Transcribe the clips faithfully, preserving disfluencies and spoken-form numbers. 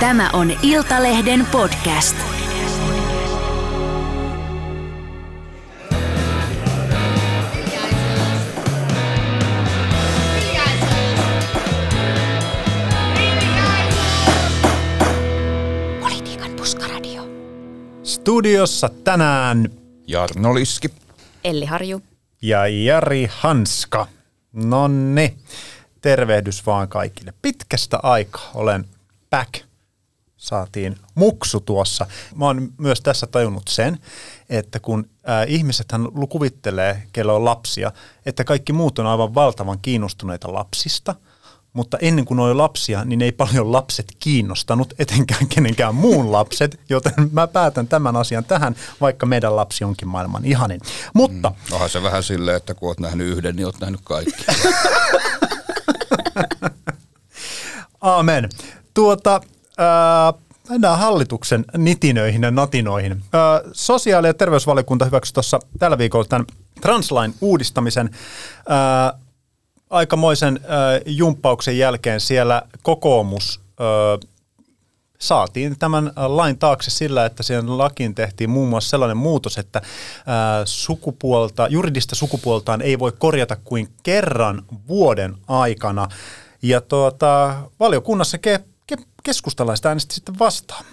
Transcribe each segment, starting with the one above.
Tämä on Iltalehden podcast. Politiikan puskaradio. Studiossa tänään Jarno Liski, Elli Harju ja Jari Hanska. Nonni, tervehdys vaan kaikille. Pitkästä aikaa olen back. Saatiin muksu tuossa. Mä oon myös tässä tajunnut sen, että kun ää, ihmisethän kuvittelee, kello on lapsia, että kaikki muut on aivan valtavan kiinnostuneita lapsista, mutta ennen kuin oli lapsia, niin ei paljon lapset kiinnostanut, etenkään kenenkään muun lapset, joten mä päätän tämän asian tähän, vaikka meidän lapsi onkin maailman ihanin. Mutta Mm, onhan se vähän silleen, että kun oot nähnyt yhden, niin oot nähnyt kaikki. Aamen. Tuota, ää, mennään hallituksen nitinöihin ja natinoihin. Ää, sosiaali- ja terveysvaliokunta hyväksyi tuossa tällä viikolla tämän translain uudistamisen. Ää, aikamoisen ää, jumppauksen jälkeen siellä kokoomus ää, saatiin tämän lain taakse sillä, että siihen lakiin tehtiin muun muassa sellainen muutos, että ää, sukupuolta, juridista sukupuoltaan ei voi korjata kuin kerran vuoden aikana. Ja tuota, valiokunnassa ke, ke, keskustalaiset äänesti sitten vastaan.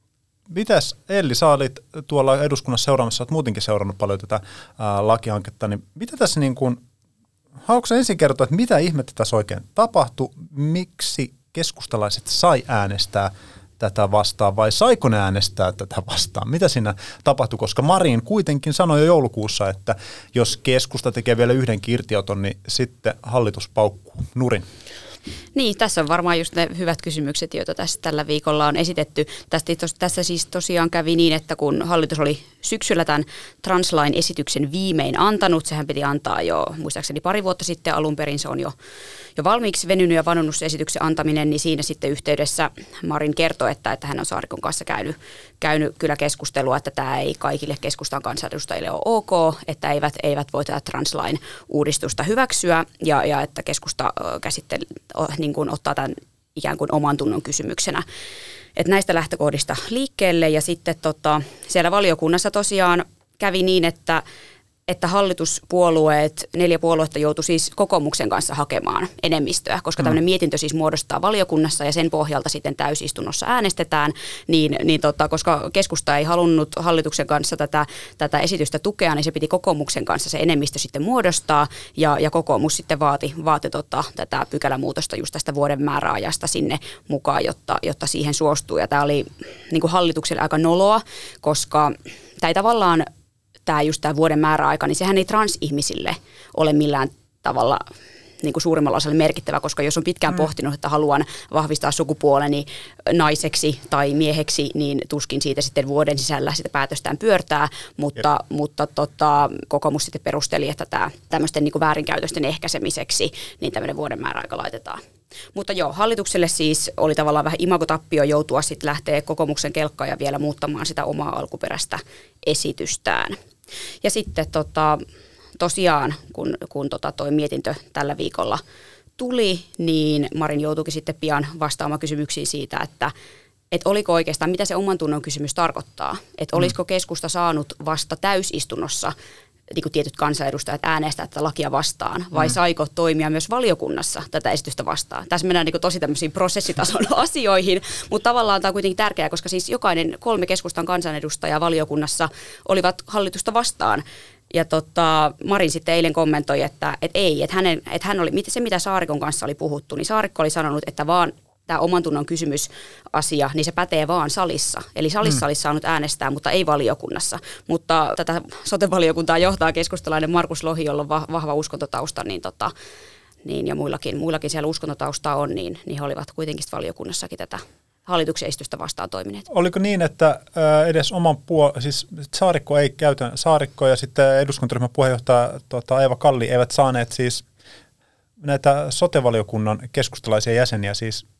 Mitäs Elli, sä olit tuolla eduskunnassa seuraamassa, olet muutenkin seurannut paljon tätä ää, lakihanketta, niin mitä tässä niin kuin, haluatko sä ensin kertoa, että mitä ihmettä tässä oikein tapahtui, miksi keskustalaiset sai äänestää tätä vastaan vai saiko ne äänestää tätä vastaan? Mitä siinä tapahtui, koska Marin kuitenkin sanoi jo joulukuussa, että jos keskusta tekee vielä yhden irtioton, niin sitten hallitus paukkuu nurin. Niin, tässä on varmaan just ne hyvät kysymykset, joita tässä tällä viikolla on esitetty. Tästä, tässä siis tosiaan kävi niin, että kun hallitus oli syksyllä tämän translain esityksen viimein antanut, sehän piti antaa jo muistaakseni pari vuotta sitten, alun perin se on jo, jo valmiiksi venynyt ja vanonnut se esityksen antaminen, niin siinä sitten yhteydessä Marin kertoi, että, että hän on Saarikon kanssa käynyt, käynyt kyllä keskustelua, että tämä ei kaikille keskustan kansanedustajille ole ok, että eivät, eivät voi tätä translain uudistusta hyväksyä ja, ja että keskusta käsitteli niin kuin ottaa tämän ikään kuin oman tunnon kysymyksenä. Et näistä lähtökohdista liikkeelle ja sitten tota, siellä valiokunnassa tosiaan kävi niin, että, että hallituspuolueet, neljä puoluetta joutui siis kokoomuksen kanssa hakemaan enemmistöä, koska tämmöinen mietintö siis muodostaa valiokunnassa ja sen pohjalta sitten täysistunnossa äänestetään, niin, niin tota, koska keskusta ei halunnut hallituksen kanssa tätä, tätä esitystä tukea, niin se piti kokoomuksen kanssa se enemmistö sitten muodostaa ja, ja kokoomus sitten vaati, vaati tota, tätä pykälämuutosta just tästä vuoden määräajasta sinne mukaan, jotta, jotta siihen suostuu ja tämä oli niin kuin hallitukselle aika noloa, koska tämä ei tavallaan tämä just tämä vuoden määräaika, niin sehän ei transihmisille ole millään tavalla niin kuin suurimmalla osalla merkittävä, koska jos on pitkään mm. pohtinut, että haluan vahvistaa sukupuoleni naiseksi tai mieheksi, niin tuskin siitä sitten vuoden sisällä sitä päätöstään pyörtää, mutta, mutta tota, kokoomus sitten perusteli, että tämä tämmöisten niin kuin väärinkäytösten ehkäisemiseksi, niin tämmöinen vuoden määräaika laitetaan. Mutta joo, hallitukselle siis oli tavallaan vähän imagotappio joutua sitten lähteä kokoomuksen kelkkaan ja vielä muuttamaan sitä omaa alkuperäistä esitystään. Ja sitten tota, tosiaan, kun, kun tota toi mietintö tällä viikolla tuli, niin Marin joutuikin sitten pian vastaamaan kysymyksiin siitä, että et oliko oikeastaan, mitä se oman tunnon kysymys tarkoittaa. Että olisiko keskusta saanut vasta täysistunnossa niin kuin tietyt kansanedustajat äänestää tätä lakia vastaan, vai mm. saiko toimia myös valiokunnassa tätä esitystä vastaan? Tässä mennään niin kuin tosi tämmöisiin prosessitason asioihin, mutta tavallaan tämä on kuitenkin tärkeää, koska siis jokainen kolme keskustan kansanedustajaa valiokunnassa olivat hallitusta vastaan. Ja tota, Marin sitten eilen kommentoi, että et ei, että, hänen, että hän oli, se mitä Saarikon kanssa oli puhuttu, niin Saarikko oli sanonut, että vaan tämä oman tunnon kysymysasia, niin se pätee vaan salissa. Eli salissa mm. olisi saanut äänestää, mutta ei valiokunnassa. Mutta tätä sote-valiokuntaa johtaa keskustalainen Markus Lohi, jolla on vahva uskontotausta, niin, tota, niin ja muillakin, muillakin siellä uskontotaustaa on, niin, niin he olivat kuitenkin valiokunnassakin tätä hallituksen esitystä vastaan toimineet. Oliko niin, että edes oman puol- siis Saarikko ei käytä, Saarikko ja sitten eduskuntaryhmän puheenjohtaja tuota, Eeva Kalli eivät saaneet siis näitä sote-valiokunnan keskustalaisia jäseniä siis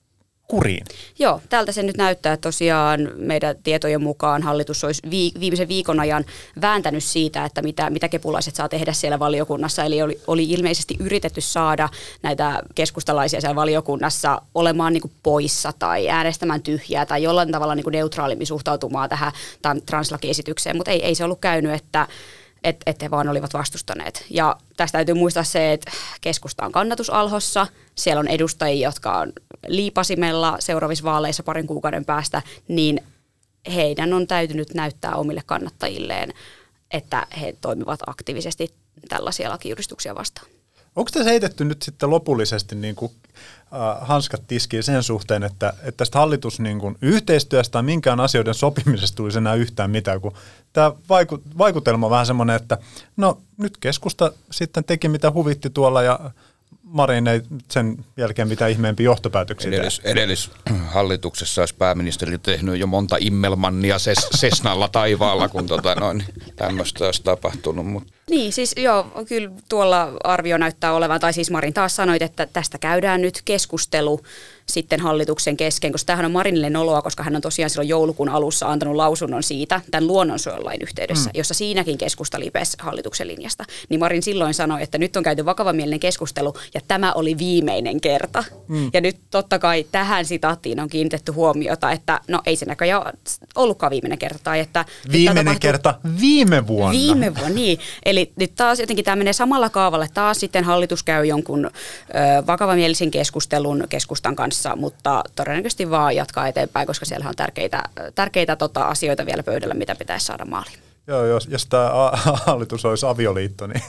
kuriin. Joo, tältä se nyt näyttää, että tosiaan meidän tietojen mukaan hallitus olisi viimeisen viikon ajan vääntänyt siitä, että mitä, mitä kepulaiset saa tehdä siellä valiokunnassa. Eli oli, oli ilmeisesti yritetty saada näitä keskustalaisia siellä valiokunnassa olemaan niin kuin poissa tai äänestämään tyhjää tai jollain tavalla niin kuin neutraalimmin suhtautumaan tähän translakiesitykseen, mutta ei, ei se ollut käynyt, että että et he vaan olivat vastustaneet. Ja tästä täytyy muistaa se, että keskusta on kannatusalhossa. Siellä on edustajia, jotka on liipasimella seuraavissa vaaleissa parin kuukauden päästä, niin heidän on täytynyt näyttää omille kannattajilleen, että he toimivat aktiivisesti tällaisia lakijulistuksia vastaan. Onko tässä heitetty nyt sitten lopullisesti niin kuin, äh, hanskat tiskiin sen suhteen, että, että tästä hallitus niin kuin, yhteistyöstä tai minkään asioiden sopimisesta tulisi enää yhtään mitään, kun tämä vaiku, vaikutelma on vähän semmoinen, että no nyt keskusta sitten teki mitä huvitti tuolla ja Marin ei sen jälkeen mitään ihmeempiä johtopäätöksiä. Edellis, edellishallituksessa olisi pääministeri tehnyt jo monta Immelmannia ses, Sesnalla taivaalla, kun tota noin, tämmöistä olisi tapahtunut. Mutta. Niin, siis joo, kyllä tuolla arvio näyttää olevan, tai siis Marin taas sanoit, että tästä käydään nyt keskustelu sitten hallituksen kesken, koska tämähän on Marinille noloa, koska hän on tosiaan silloin joulukuun alussa antanut lausunnon siitä, tämän luonnonsuojelulain yhteydessä, mm. jossa siinäkin keskusta lipesi hallituksen linjasta. Niin Marin silloin sanoi, että nyt on käyty vakavamielinen keskustelu, ja tämä oli viimeinen kerta. Mm. Ja nyt totta kai tähän sitaattiin on kiinnitetty huomiota, että no ei se näköjään ollutkaan viimeinen kerta. Tai että viimeinen tapahtuu, kerta viime vuonna. Viime vuonna, niin. Eli nyt taas jotenkin tämä menee samalla kaavalle. Taas sitten hallitus käy jonkun ö, vakavamielisen keskustelun keskustan kanssa, mutta todennäköisesti vaan jatkaa eteenpäin, koska siellä on tärkeitä, tärkeitä tota, asioita vielä pöydällä, mitä pitäisi saada maaliin. Joo, jos, jos tämä hallitus olisi avioliitto, niin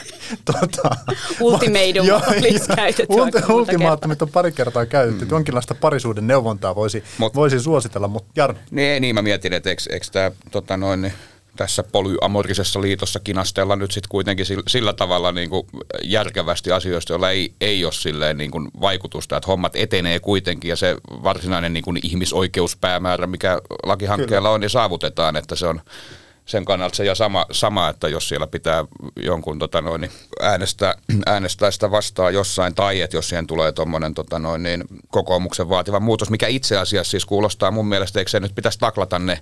tota, ultimatum olisi käytetty. Ulti, ultimaatumit on pari kertaa käytetty. Mm. Jonkinlaista parisuuden neuvontaa voisi, Mut, voisi suositella, mutta Jarno. Niin, niin mä mietin, että eikö, eikö tämä tota noin, tässä polyamorisessa liitossa kinastella nyt sitten kuitenkin sillä, sillä tavalla niin kuin järkevästi asioista, joilla ei, ei ole silleen niin kuin vaikutusta, että hommat etenee kuitenkin ja se varsinainen niin kuin ihmisoikeuspäämäärä, mikä lakihankkeella Kyllä. on, niin saavutetaan, että se on sen kannalta se ja sama, sama, että jos siellä pitää jonkun tota noin, niin äänestää, äänestää sitä vastaan jossain, tai että jos siihen tulee tuommoinen tota noin, niin kokoomuksen vaativa muutos, mikä itse asiassa siis kuulostaa mun mielestä, eikö se nyt pitäisi taklata ne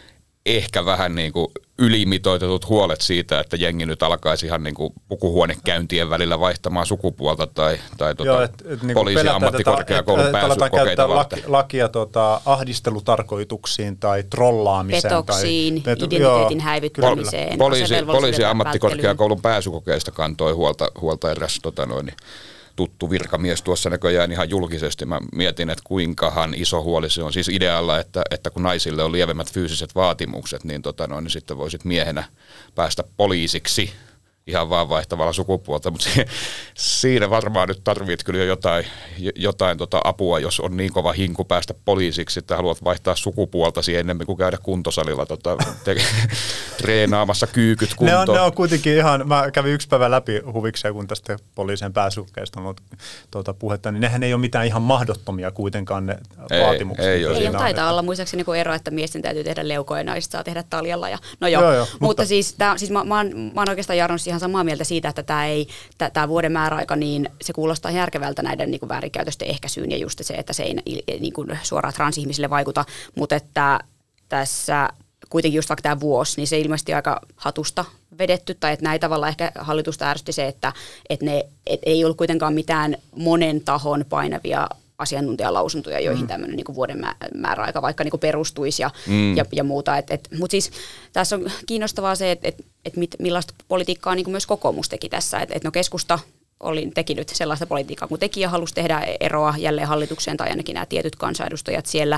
ehkä vähän niin kuin ylimitoitetut huolet siitä, että jengi nyt alkaisi ihan niin kuin pukuhuonekäyntien välillä vaihtamaan sukupuolta tai, tai tuota Joo, et, et, niin poliisi- ja ammattikorkeakoulun et, pääsykokeita varten. Laki, lakia tota, ahdistelutarkoituksiin tai trollaamiseen. Petoksiin, tai, identiteetin häivyttämiseen. Poliisi, poliisi- ja ammattikorkeakoulun pääsykokeista kantoi huolta, huolta eräs tota noin, tuttu virkamies tuossa näköjään ihan julkisesti. Mä mietin, että kuinkahan iso huoli se on. Siis idealla, että, että kun naisille on lievemmät fyysiset vaatimukset, niin, tota noin, niin sitten voisit miehenä päästä poliisiksi ihan vaan vaihtavalla sukupuolta. Mutta siinä varmaan nyt tarvitset kyllä jo jotain, jotain tota apua, jos on niin kova hinku päästä poliisiksi, että haluat vaihtaa sukupuoltasi ennemmin kuin käydä kuntosalilla tota, te- treenaamassa kyykyt kuntoon. Ne on, ne on kuitenkin ihan, mä kävin yksi päivä läpi huvikseen, kun tästä poliisien pääsukkeista on tuota puhetta, niin nehän ei ole mitään ihan mahdottomia kuitenkaan ne ei, vaatimukset. Ei, ei, ei ole, taitaa olla muistaakseni niin ero, että miesten täytyy tehdä leukoja ja naiset saa tehdä taljalla. Ja, no joo, joo, joo mutta, mutta siis, tää, siis mä, mä, oon, mä oon oikeastaan Jarno ihan samaa mieltä siitä, että tämä ei, tämä vuoden määräaika, niin se kuulostaa järkevältä näiden niin kuin väärinkäytösten ehkäisyyn ja just se, että se ei niin kuin suoraan transihmisille vaikuta, mutta että tässä kuitenkin just vaikka tämä vuosi, niin se ilmeisesti aika hatusta vedetty, tai että näin tavalla ehkä hallitusta ärsytti se, että, että ne et ei ollut kuitenkaan mitään monen tahon painavia asiantuntijalausuntoja, joihin mm. tämmöinen niin kuin vuoden määräaika vaikka niin kuin perustuisi ja, mm. ja, ja muuta. Mutta siis tässä on kiinnostavaa se, että et, et mit, millaista politiikkaa niin kuin myös kokoomus teki tässä. Että et no keskusta oli, teki nyt sellaista politiikkaa, kun teki ja halusi tehdä eroa jälleen hallitukseen tai ainakin nämä tietyt kansanedustajat siellä.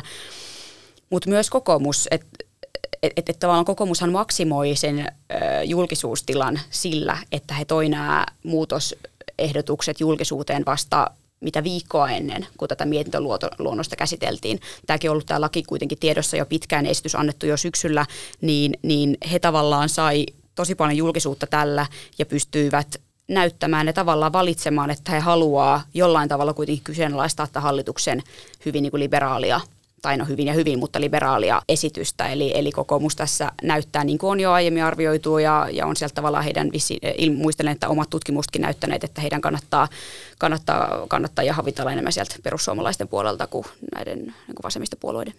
Mutta myös kokoomus, että et, et, et tavallaan kokoomushan maksimoi sen ö, julkisuustilan sillä, että he toi nämä muutosehdotukset julkisuuteen vasta mitä viikkoa ennen, kun tätä mietintöluonnosta käsiteltiin. Tämäkin on ollut tämä laki kuitenkin tiedossa jo pitkään, esitys annettu jo syksyllä, niin, niin he tavallaan sai tosi paljon julkisuutta tällä ja pystyivät näyttämään ja tavallaan valitsemaan, että he haluaa jollain tavalla kuitenkin kyseenalaistaa tämän hallituksen hyvin niin kuin liberaalia tai no hyvin ja hyvin, mutta liberaalia esitystä. Eli, eli kokoomus tässä näyttää, niin kuin on jo aiemmin arvioitu, ja, ja on sieltä tavallaan heidän, vissi, muistelen, että omat tutkimustkin näyttäneet, että heidän kannattaa, kannattaa, kannattaa ja havitella enemmän sieltä perussuomalaisten puolelta kuin näiden niin kuin vasemmistopuolueiden.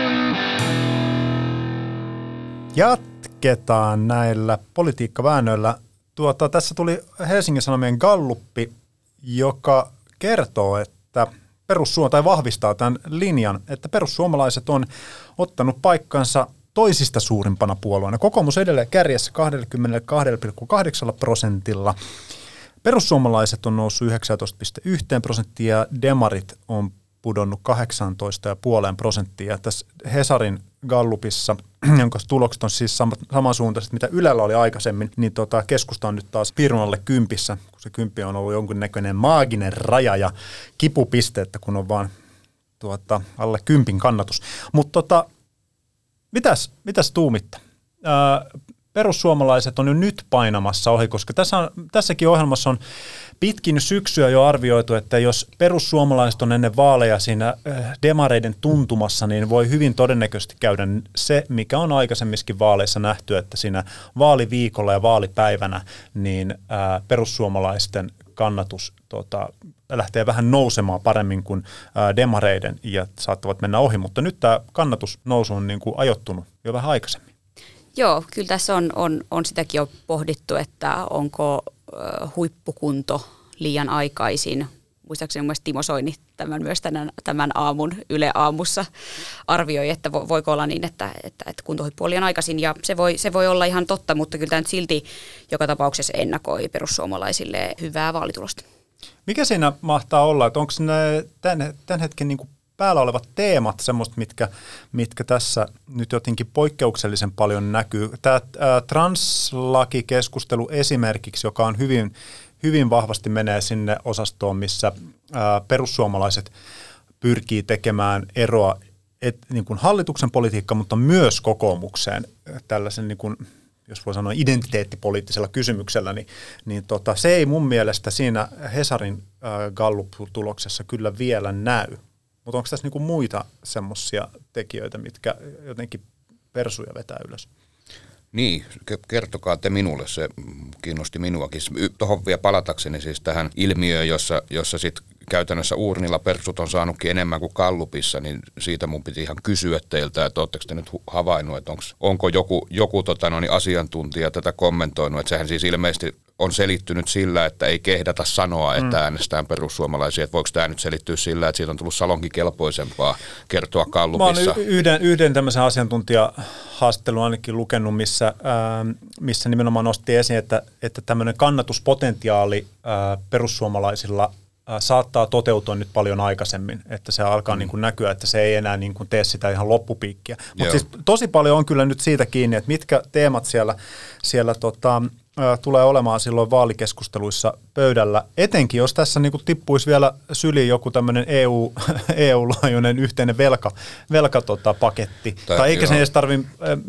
Jatketaan näillä politiikkaväännöillä. Tuota, tässä tuli Helsingin Sanomien galluppi, joka kertoo, että perussuoma tai vahvistaa tämän linjan, että perussuomalaiset on ottanut paikkansa toisista suurimpana puolueena. Kokoomus edelleen kärjessä kaksikymmentäkaksi pilkku kahdeksan prosentilla. Perussuomalaiset on noussut yhdeksäntoista pilkku yksi prosenttia ja demarit on pudonnut kahdeksantoista pilkku viisi prosenttia. Tässä Hesarin gallupissa, jonka tulokset on siis samansuuntaiset, mitä Ylellä oli aikaisemmin, niin tota, keskusta on nyt taas piirunalle kympissä, kun se kymppi on ollut jonkunnäköinen maaginen raja ja kipupiste, että kun on vaan tuota, alle kympin kannatus. Mutta tota, mitäs, mitäs tuumitta? Ää, perussuomalaiset on jo nyt painamassa ohi, koska tässä on, tässäkin ohjelmassa on pitkin syksyä jo arvioitu, että jos perussuomalaiset on ennen vaaleja siinä demareiden tuntumassa, niin voi hyvin todennäköisesti käydä se, mikä on aikaisemmissakin vaaleissa nähty, että siinä vaaliviikolla ja vaalipäivänä niin ää, perussuomalaisten kannatus tota, lähtee vähän nousemaan paremmin kuin ää, demareiden ja saattavat mennä ohi, mutta nyt tämä kannatusnousu on niin kuin ajoittunut jo vähän aikaisemmin. Joo, kyllä tässä on, on, on sitäkin jo pohdittu, että onko ö, huippukunto liian aikaisin. Muistaakseni mun Timo Soini tämän myös tämän, tämän aamun Yle Aamussa arvioi, että vo, voiko olla niin, että, että, että kuntohuippu on liian aikaisin. Ja se voi, se voi olla ihan totta, mutta kyllä tämä nyt silti joka tapauksessa ennakoi perussuomalaisille hyvää vaalitulosta. Mikä siinä mahtaa olla, että onko ne tämän, tämän hetken niin kuin päällä olevat teemat semmoista, mitkä, mitkä tässä nyt jotenkin poikkeuksellisen paljon näkyy. Tämä ää, translakikeskustelu esimerkiksi, joka on hyvin, hyvin vahvasti menee sinne osastoon, missä ää, perussuomalaiset pyrkii tekemään eroa et, niin kuin hallituksen politiikka, mutta myös kokoomukseen tällaisen, niin kuin, jos voi sanoa identiteettipoliittisella kysymyksellä, niin, niin tota, se ei mun mielestä siinä Hesarin ää, Gallup-tuloksessa kyllä vielä näy. Mutta onko tässä niinku muita semmoisia tekijöitä, mitkä jotenkin persuja vetää ylös? Niin, kertokaa te minulle, se kiinnosti minuakin. Tuohon vielä palatakseni siis tähän ilmiöön, jossa, jossa sitten käytännössä uurnilla persut on saanutkin enemmän kuin Gallupissa, niin siitä mun piti ihan kysyä teiltä, että oletteko te nyt havainnut, että onks, onko joku, joku tota, no, niin asiantuntija tätä kommentoinut, että sehän siis ilmeisesti on selittynyt sillä, että ei kehdata sanoa, että mm. äänestetään perussuomalaisia, että voiko tämä nyt selittyä sillä, että siitä on tullut salonkikelpoisempaa kertoa Gallupissa? Mä oon yhden, yhden tämmöisen asiantuntijahaastattelun ainakin lukenut, missä, ää, missä nimenomaan nosti esiin, että, että tämmöinen kannatuspotentiaali ää, perussuomalaisilla ää, saattaa toteutua nyt paljon aikaisemmin, että se alkaa mm. niin kuin näkyä, että se ei enää niin kuin tee sitä ihan loppupiikkiä. Mutta siis tosi paljon on kyllä nyt siitä kiinni, että mitkä teemat siellä, siellä tota, tulee olemaan silloin vaalikeskusteluissa pöydällä, etenkin jos tässä niin kuin tippuisi vielä syliin joku tämmöinen E U, E U-laajuinen yhteinen velka, velka tota, paketti, tai, tai eikä sen edes tarvitse,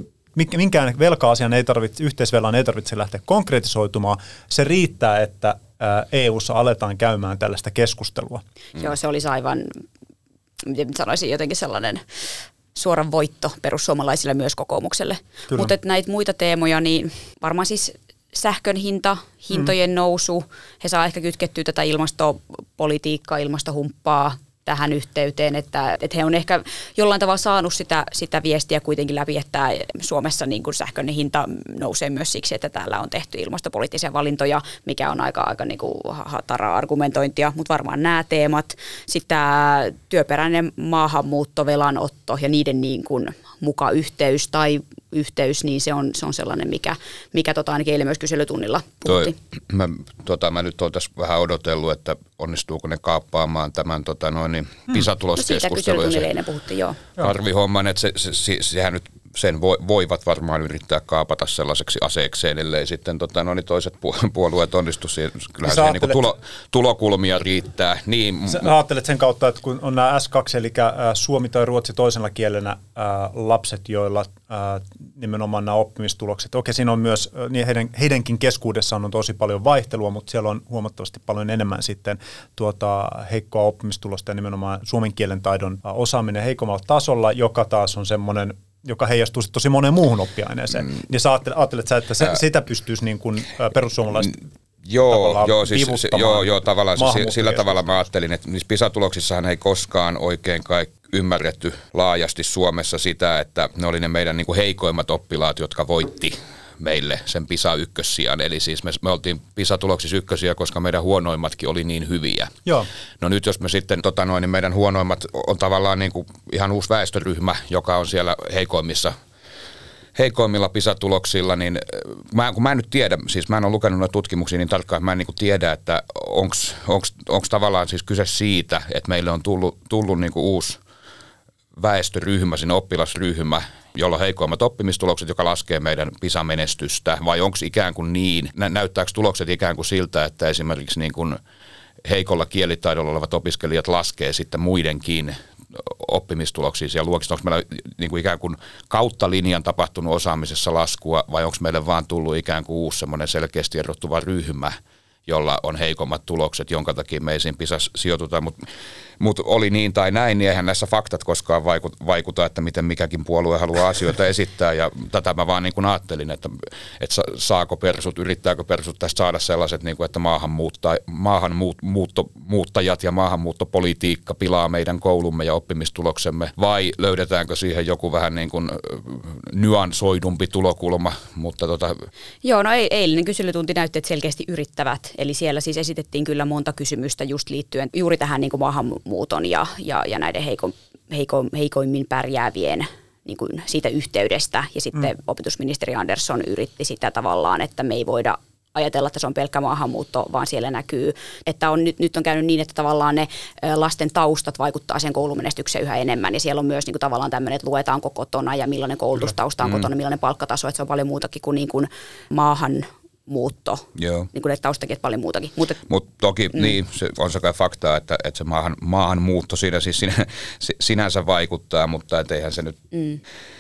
minkään velka-asian ei tarvitse, yhteisvelan ei tarvitse lähteä konkretisoitumaan, se riittää, että E U:ssa aletaan käymään tällaista keskustelua. Mm. Joo, se olisi aivan, miten sanoisin, jotenkin sellainen suora voitto perussuomalaisille myös kokoomukselle. Mutta näitä muita teemoja, niin varmaan siis sähkön hinta, hintojen mm. nousu, he saa ehkä kytkettyä tätä ilmastopolitiikkaa, ilmastohumppaa tähän yhteyteen, että, että he on ehkä jollain tavalla saanut sitä, sitä viestiä kuitenkin läpi, että Suomessa niin kuin sähkön hinta nousee myös siksi, että täällä on tehty ilmastopoliittisia valintoja, mikä on aika, aika niin kuin hataraa argumentointia, mutta varmaan nämä teemat, sitten tämä työperäinen maahanmuutto, velanotto ja niiden niin kuin muka yhteys tai yhteys, niin se on, se on sellainen, mikä, mikä tota ainakin eilen myös kyselytunnilla puhuttiin. Mä, tota, mä nyt olen tässä vähän odotellut, että onnistuuko ne kaappaamaan tämän tota, noin, niin, PISA-tuloskeskustelun. No siitä kyselytunnilla eilen puhuttiin, joo. Arvi homman, että se, se, se, sehän nyt sen vo, voivat varmaan yrittää kaapata sellaiseksi aseekseen, ellei sitten tota, no, niin toiset puolueet onnistu. Kyllähän siihen niin tulo, tulokulmia riittää. Niin, sä ajattelet sen kautta, että kun on nämä S kaksi, eli suomi tai ruotsi toisena kielenä ää, lapset, joilla ää, nimenomaan nämä oppimistulokset, okei siinä on myös, niin heidän, heidänkin keskuudessaan on tosi paljon vaihtelua, mutta siellä on huomattavasti paljon enemmän sitten tuota, heikkoa oppimistulosta ja nimenomaan suomen kielen taidon osaaminen heikommalla tasolla, joka taas on semmoinen, joka heijastuu tosi moneen muuhun oppiaineeseen. Mm. Niin sä ajattelet, ajattelet sä, että se, Ää, sitä pystyisi niin kuin perussuomalaiset Joo, joo, siis, se, joo, joo, tavallaan se, sillä tavalla mä ajattelin, että niissä PISA-tuloksissahan ei koskaan oikein kai ymmärretty laajasti Suomessa sitä, että ne oli ne meidän niin kuin heikoimmat oppilaat, jotka voitti meille sen PISA-ykkössijan. Eli siis me, me oltiin PISA-tuloksissa ykkösiä, koska meidän huonoimmatkin oli niin hyviä. Joo. No nyt jos me sitten, tota noin, niin meidän huonoimmat on tavallaan niin kuin ihan uusi väestöryhmä, joka on siellä heikoimmissa heikoimmilla PISA-tuloksilla, niin mä, kun mä en nyt tiedä, siis mä en ole lukenut noita tutkimuksia niin tarkkaan, että mä en niin kuin tiedä, että onko tavallaan siis kyse siitä, että meille on tullut, tullut niin kuin uusi väestöryhmä, sinne oppilasryhmä, jolla on heikoimmat oppimistulokset, joka laskee meidän PISA-menestystä, vai onko ikään kuin niin, nä- näyttääkö tulokset ikään kuin siltä, että esimerkiksi niin kuin heikolla kielitaidolla olevat opiskelijat laskee sitten muidenkin oppimistuloksia siellä luokissa? Onko meillä niin kuin ikään kuin kautta linjan tapahtunut osaamisessa laskua, vai onko meille vaan tullut ikään kuin uusi semmoinen selkeästi erottuva ryhmä, jolla on heikommat tulokset, jonka takia me ei siinä PISassa sijoituta, mutta mut oli niin tai näin, niin eihän näissä faktat koskaan vaikuta, että miten mikäkin puolue haluaa asioita esittää, ja tätä mä vaan niin kuin ajattelin, että, että saako persut, yrittääkö persut tästä saada sellaiset, niin kuin, että maahanmuuttajat ja maahanmuuttopolitiikka pilaa meidän koulumme ja oppimistuloksemme, vai löydetäänkö siihen joku vähän niin kuin nyansoidumpi tulokulma, mutta tota... Joo, no eilinen kyselytunti näytti, että selkeästi yrittävät, eli siellä siis esitettiin kyllä monta kysymystä just liittyen juuri tähän niin kuin maahanmuuton ja, ja, ja näiden heiko, heiko, heikoimmin pärjäävien niin kuin siitä yhteydestä. Ja sitten mm. opetusministeri Andersson yritti sitä tavallaan, että me ei voida ajatella, että se on pelkkä maahanmuutto, vaan siellä näkyy, että on, nyt, nyt on käynyt niin, että tavallaan ne lasten taustat vaikuttaa siihen koulumenestykseen yhä enemmän. Ja siellä on myös niin kuin tavallaan tämmöinen, että luetaanko kotona ja millainen koulutustausta on mm. kotona, millainen palkkataso, että se on paljon muutakin kuin, niin kuin maahan muutto, Joo. niin kuin ne taustakin, että paljon muutakin. Mutta Mut toki mm. niin, se on se kai faktaa, että, että se maahan, maahanmuutto siinä siis sinä, sinänsä vaikuttaa, mutta et eihän se nyt... Mm.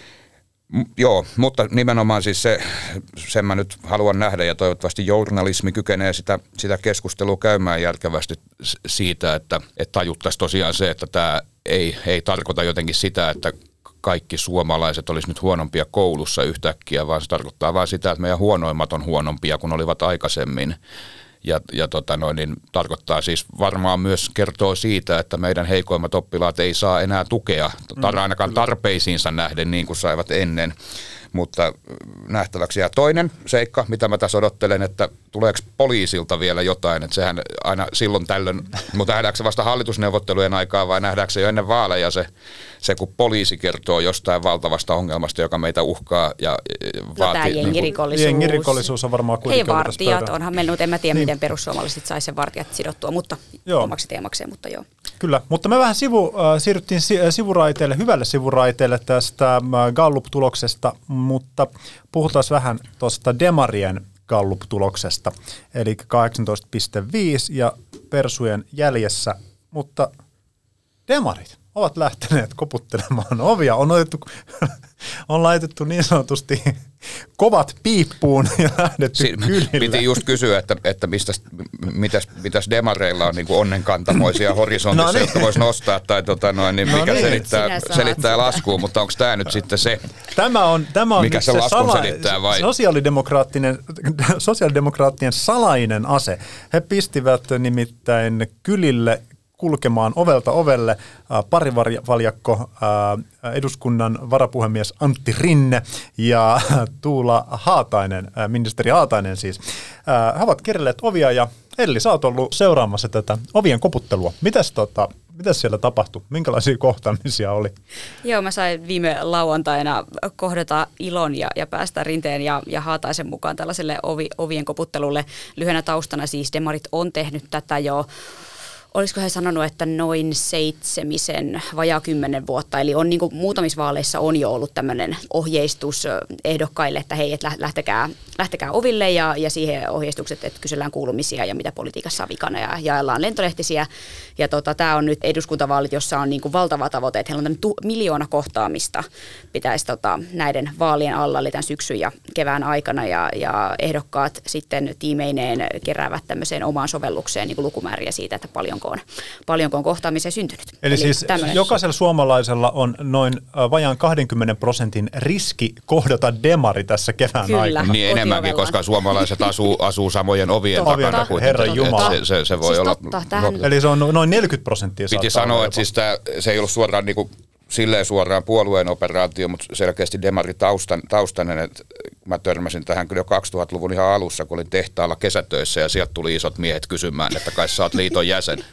M- joo, mutta nimenomaan siis se, sen mä nyt haluan nähdä, ja toivottavasti journalismi kykenee sitä, sitä keskustelua käymään järkevästi siitä, että, että tajuttaisiin tosiaan se, että tämä ei, ei tarkoita jotenkin sitä, että kaikki suomalaiset olisi nyt huonompia koulussa yhtäkkiä, vaan se tarkoittaa vain sitä, että meidän huonoimmat on huonompia kuin olivat aikaisemmin. Ja, ja tota noin, niin tarkoittaa siis varmaan myös kertoo siitä, että meidän heikoimmat oppilaat ei saa enää tukea, tar- ainakaan tarpeisiinsa nähden niin kuin saivat ennen. Mutta nähtäväksi jää toinen seikka, mitä mä tässä odottelen, että tuleeko poliisilta vielä jotain, että sehän aina silloin tällöin, mutta nähdäänkö se vasta hallitusneuvottelujen aikaa vai nähdäänkö se jo ennen vaaleja se, se kun poliisi kertoo jostain valtavasta ongelmasta, joka meitä uhkaa ja vaatii. No tämä jengirikollisuus. Jengirikollisuus on varmaan kuitenkin Hei vartijat, onhan meillä nyt, en mä tiedä niin. miten perussuomalaiset saisi sen vartijat sidottua, mutta joo. omaksi teemakseen, mutta joo. Kyllä, mutta me vähän sivu, äh, siirryttiin si- sivuraiteelle, hyvälle sivuraiteelle tästä äh, Gallup-tuloksesta, mutta puhutaan vähän tuosta Demarien Gallup-tuloksesta, eli kahdeksantoista pilkku viisi ja Persujen jäljessä, mutta Demarit ovat lähteneet koputtelemaan ovia, on, otettu, on laitettu niin sanotusti kovat piippuun ja lähdetty si- kylille. Piti just kysyä, että, että mistäs, mitäs, mitäs demareilla on niin kuin onnenkantamoisia horisontissa, no niin. jotka voisi nostaa, tai tota noin, niin mikä no niin. selittää, selittää laskua, mutta onko tämä nyt sitten se, tämä on, tämä on mikä se, se laskun sala- selittää vai? Sosiaalidemokraattinen, sosiaalidemokraattien salainen ase. He pistivät nimittäin kylille kulkemaan ovelta ovelle parivaljakko, eduskunnan varapuhemies Antti Rinne ja Tuula Haatainen, ministeri Haatainen siis. He ovat kerrelleet ovia ja Elli, sä oot ollut seuraamassa tätä ovien koputtelua. Mitäs, tota, mitäs siellä tapahtui? Minkälaisia kohtaamisia oli? Joo, mä sain viime lauantaina kohdata Ilon ja, ja päästä Rinteen ja, ja Haataisen mukaan tällaiselle ovi, ovien koputtelulle. Lyhyenä taustana siis demarit on tehnyt tätä jo olisiko he sanonut, että noin seitsemisen, vajaa kymmenen vuotta. Eli on niin kuin, muutamissa vaaleissa on jo ollut tämmöinen ohjeistus ehdokkaille, että hei, et lähtekää, lähtekää oville ja, ja siihen ohjeistukset, että kysellään kuulumisia ja mitä politiikassa on vikana ja jaellaan lentolehtisiä. Ja tota, tämä on nyt eduskuntavaalit, jossa on niin kuin valtava tavoite, että heillä on tu- miljoona kohtaamista pitäisi tota, näiden vaalien alla, eli tämän syksyn ja kevään aikana ja, ja ehdokkaat sitten tiimeineen keräävät tämmöiseen omaan sovellukseen niin kuin lukumääriä siitä, että paljonko on, paljonko on kohtaamiseen syntynyt. Eli, Eli siis tämmöinen. Jokaisella suomalaisella on noin vajaan kaksikymmentä prosentin riski kohdata demari tässä kevään Kyllä, aikana. Niin enemmänkin, koska suomalaiset asuu, asuu samojen ovien Totta, takana. totta, Herran Jumala. Se, se, se voi siis olla. Totta, tähän... Eli se on noin neljäkymmentä prosenttia. Piti sanoa, että siis tää, se ei ollut suoraan niin kuin silleen suoraan puolueen operaatio, mutta selkeästi demari taustan, taustainen, että mä törmäsin tähän kyllä jo kaksituhattaluvun ihan alussa, kun olin tehtaalla kesätöissä ja sieltä tuli isot miehet kysymään, että kai sä oot liiton jäsen.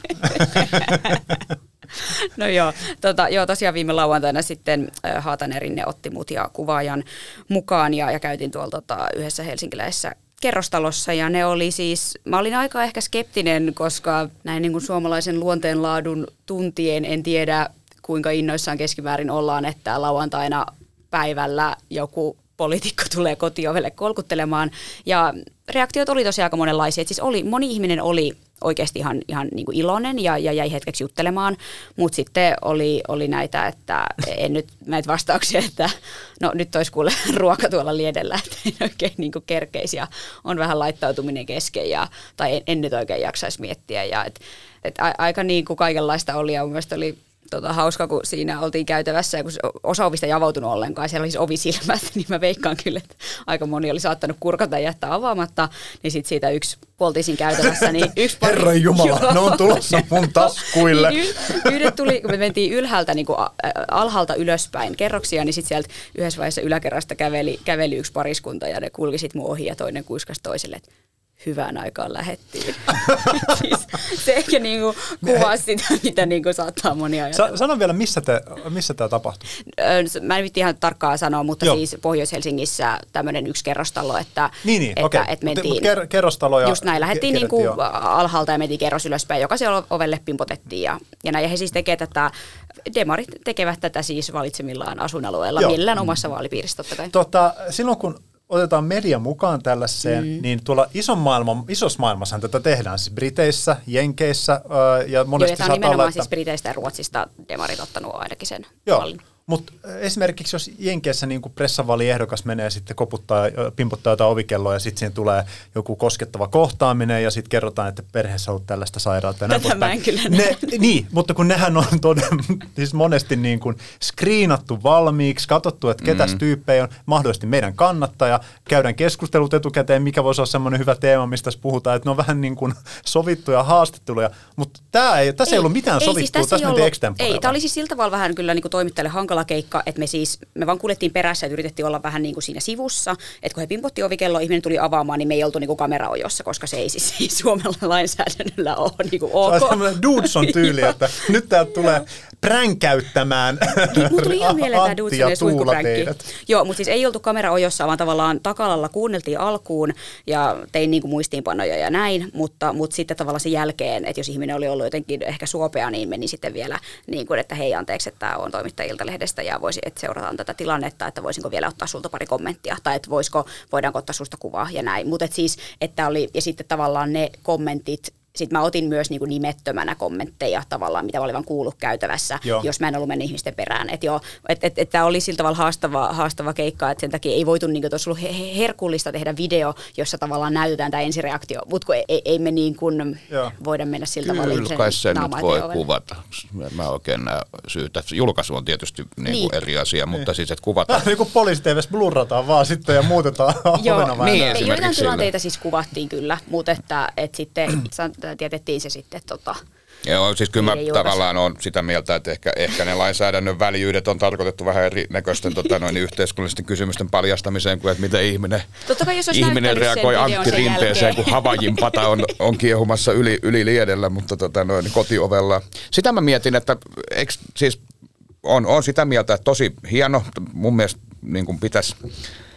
No joo, tota, joo, tosiaan viime lauantaina sitten äh, Haatainen Rinne otti mut ja kuvaajan mukaan ja, ja käytiin tuolla tota, yhdessä helsinkiläisessä kerrostalossa ja ne oli siis, mä olin aika ehkä skeptinen, koska näin niin kuin suomalaisen luonteenlaadun tuntien en tiedä kuinka innoissaan keskimäärin ollaan, että lauantaina päivällä joku poliitikko tulee kotiovelle kolkuttelemaan ja reaktiot oli tosiaan aika monenlaisia, että siis oli, moni ihminen oli oikeasti ihan, ihan niin kuin iloinen ja, ja jäi hetkeksi juttelemaan, mutta sitten oli, oli näitä, että en nyt näitä vastauksia, että no nyt olisi kuule ruoka tuolla liedellä, että en oikein niin kuin kerkeisi ja on vähän laittautuminen kesken ja, tai en, en nyt oikein jaksaisi miettiä ja et, et a, aika niin kuin kaikenlaista oli ja mun mielestä oli Tota, hauska, kun siinä oltiin käytävässä ja kun osa ovista ei avautunut ollenkaan, siellä oli siis ovisilmät, niin mä veikkaan kyllä, että aika moni oli saattanut kurkata ja jättää avaamatta, niin sitten siitä yksi puoltiin siinä käytävässä, niin yksi pari... Herran Jumala, ne on tulossa mun taskuille. Niin yhdet tuli, kun me mentiin ylhäältä niin kuin alhaalta ylöspäin kerroksia, niin sitten sieltä yhdessä vaiheessa yläkerrasta käveli, käveli yksi pariskunta ja ne kulki sitten mun ohi ja toinen kuiskasi toiselle, että hyvään aikaan lähettiin. Siis se ehkä niinku kuvasi sitä, mitä niinku saattaa moni ajatella. Sano vielä, missä, te, missä tämä tapahtui? Mä en viitti ihan tarkkaan sanoa, mutta Joo. siis Pohjois-Helsingissä tämmöinen yksi kerrostalo, että, niin, niin, että, okay. että mentiin, Mut ker- kerrostaloja just näin, lähdettiin niinku alhaalta ja mentiin kerros ylöspäin, jokaisella ovelle pimpotettiin ja, ja näin. Ja he siis tekee tätä, demarit tekevät tätä siis valitsemillaan asuinalueella, millään omassa vaalipiirissä totta kai. Tota, silloin kun otetaan media mukaan tällaiseen, mm. niin tuolla ison maailman, isossa maailmassahan tätä tehdään, siis Briteissä, Jenkeissä ja monesti saattaa olla, nimenomaan että... siis Briteistä ja Ruotsista demarit ottanut ainakin sen mallin. Mutta esimerkiksi jos Jenkeissä niin pressavaaliehdokas menee sitten koputtaa, pimpottaa jotain ovikelloa ja sitten siihen tulee joku koskettava kohtaaminen ja sitten kerrotaan, että perheessä on ollut tällaista sairautta. Tätä mä en kyllä ne, Niin, mutta kun nehän on todella, siis monesti niin kuin screenattu valmiiksi, katsottu, että ketäs mm. tyyppejä on, mahdollisesti meidän kannattaja, käydään keskustelut etukäteen, mikä voisi olla semmoinen hyvä teema, mistä tässä puhutaan, että ne on vähän niin kuin sovittuja haastatteluja, mutta tää ei, tässä ei, ei ollut mitään ei, sovittua, siis tässä mentiin extemporella. Ei, tämä oli siis sillä tavalla vähän kyllä niin kuin toimittajalle hankala keikka, että me siis, me vaan kuljettiin perässä ja yritettiin olla vähän niin kuin siinä sivussa, että kun he pimpotti ovikello, ihminen tuli avaamaan, niin me ei oltu niin kuin kameraojossa, koska se ei siis ei Suomella lainsäädännöllä ole niin kuin ok. Se on semmoinen Dudson tyyli, että nyt täältä tulee pränkäyttämään niin, mulla tuli ihan mieleen tämä Dudson ja suihkupränkki. Teidät. Joo, mutta siis ei oltu kameraojossa, vaan tavallaan takalalla kuunneltiin alkuun ja tein niin kuin muistiinpanoja ja näin, mutta, mutta sitten tavallaan sen jälkeen, että jos ihminen oli ollut jotenkin ehkä suopea, niin meni sitten vielä niin kuin, että hei anteeksi, että tämä on toimittaja Iltalehdestä ja voisi, että seurataan tätä tilannetta, että voisinko vielä ottaa sulta pari kommenttia tai että voisiko, voidaanko ottaa susta kuvaa ja näin. Mutta siis, että oli, ja sitten tavallaan ne kommentit, sitten mä otin myös niinku nimettömänä kommentteja tavallaan, mitä oli vaan kuullut käytävässä, joo. jos mä en ollut mennyt ihmisten perään. Että joo, että et, et tämä oli sillä tavalla haastava, haastava keikka, että sen takia ei voitu, niinku, tuossa ollut herkullista tehdä video, jossa tavallaan näytetään tämä ensireaktio, mutta kun ei, ei me niin kuin voida mennä sillä tavalla ihmisen naamaa sen nyt voi ovelle. Kuvata. Mä oikein näe syytä. Julkaisu on tietysti niin niin. eri asia, mutta niin. siis että kuvataan. Tämä on niin kuin poliisi-tv:ssä blurrataan vaan sitten ja muutetaan ovena vähän. Niin, me joitain tilanteita siis kuvattiin kyllä, mutta että, että sitten tietettiin se sitten tota... Joo, siis kyllä mä tavallaan olen sitä mieltä, että ehkä, ehkä ne lainsäädännön väljyydet on tarkoitettu vähän erinäköisten tota, noin yhteiskunnallisten kysymysten paljastamiseen kuin että miten ihminen, kai, ihminen reagoi Antti Rinteeseen, kun Havajin pata on, on kiehumassa yli, yli liedellä, mutta tota, noin kotiovella. Sitä mä mietin, että eikö, siis on, on sitä mieltä, että tosi hieno, mun mielestä niin kuin pitäisi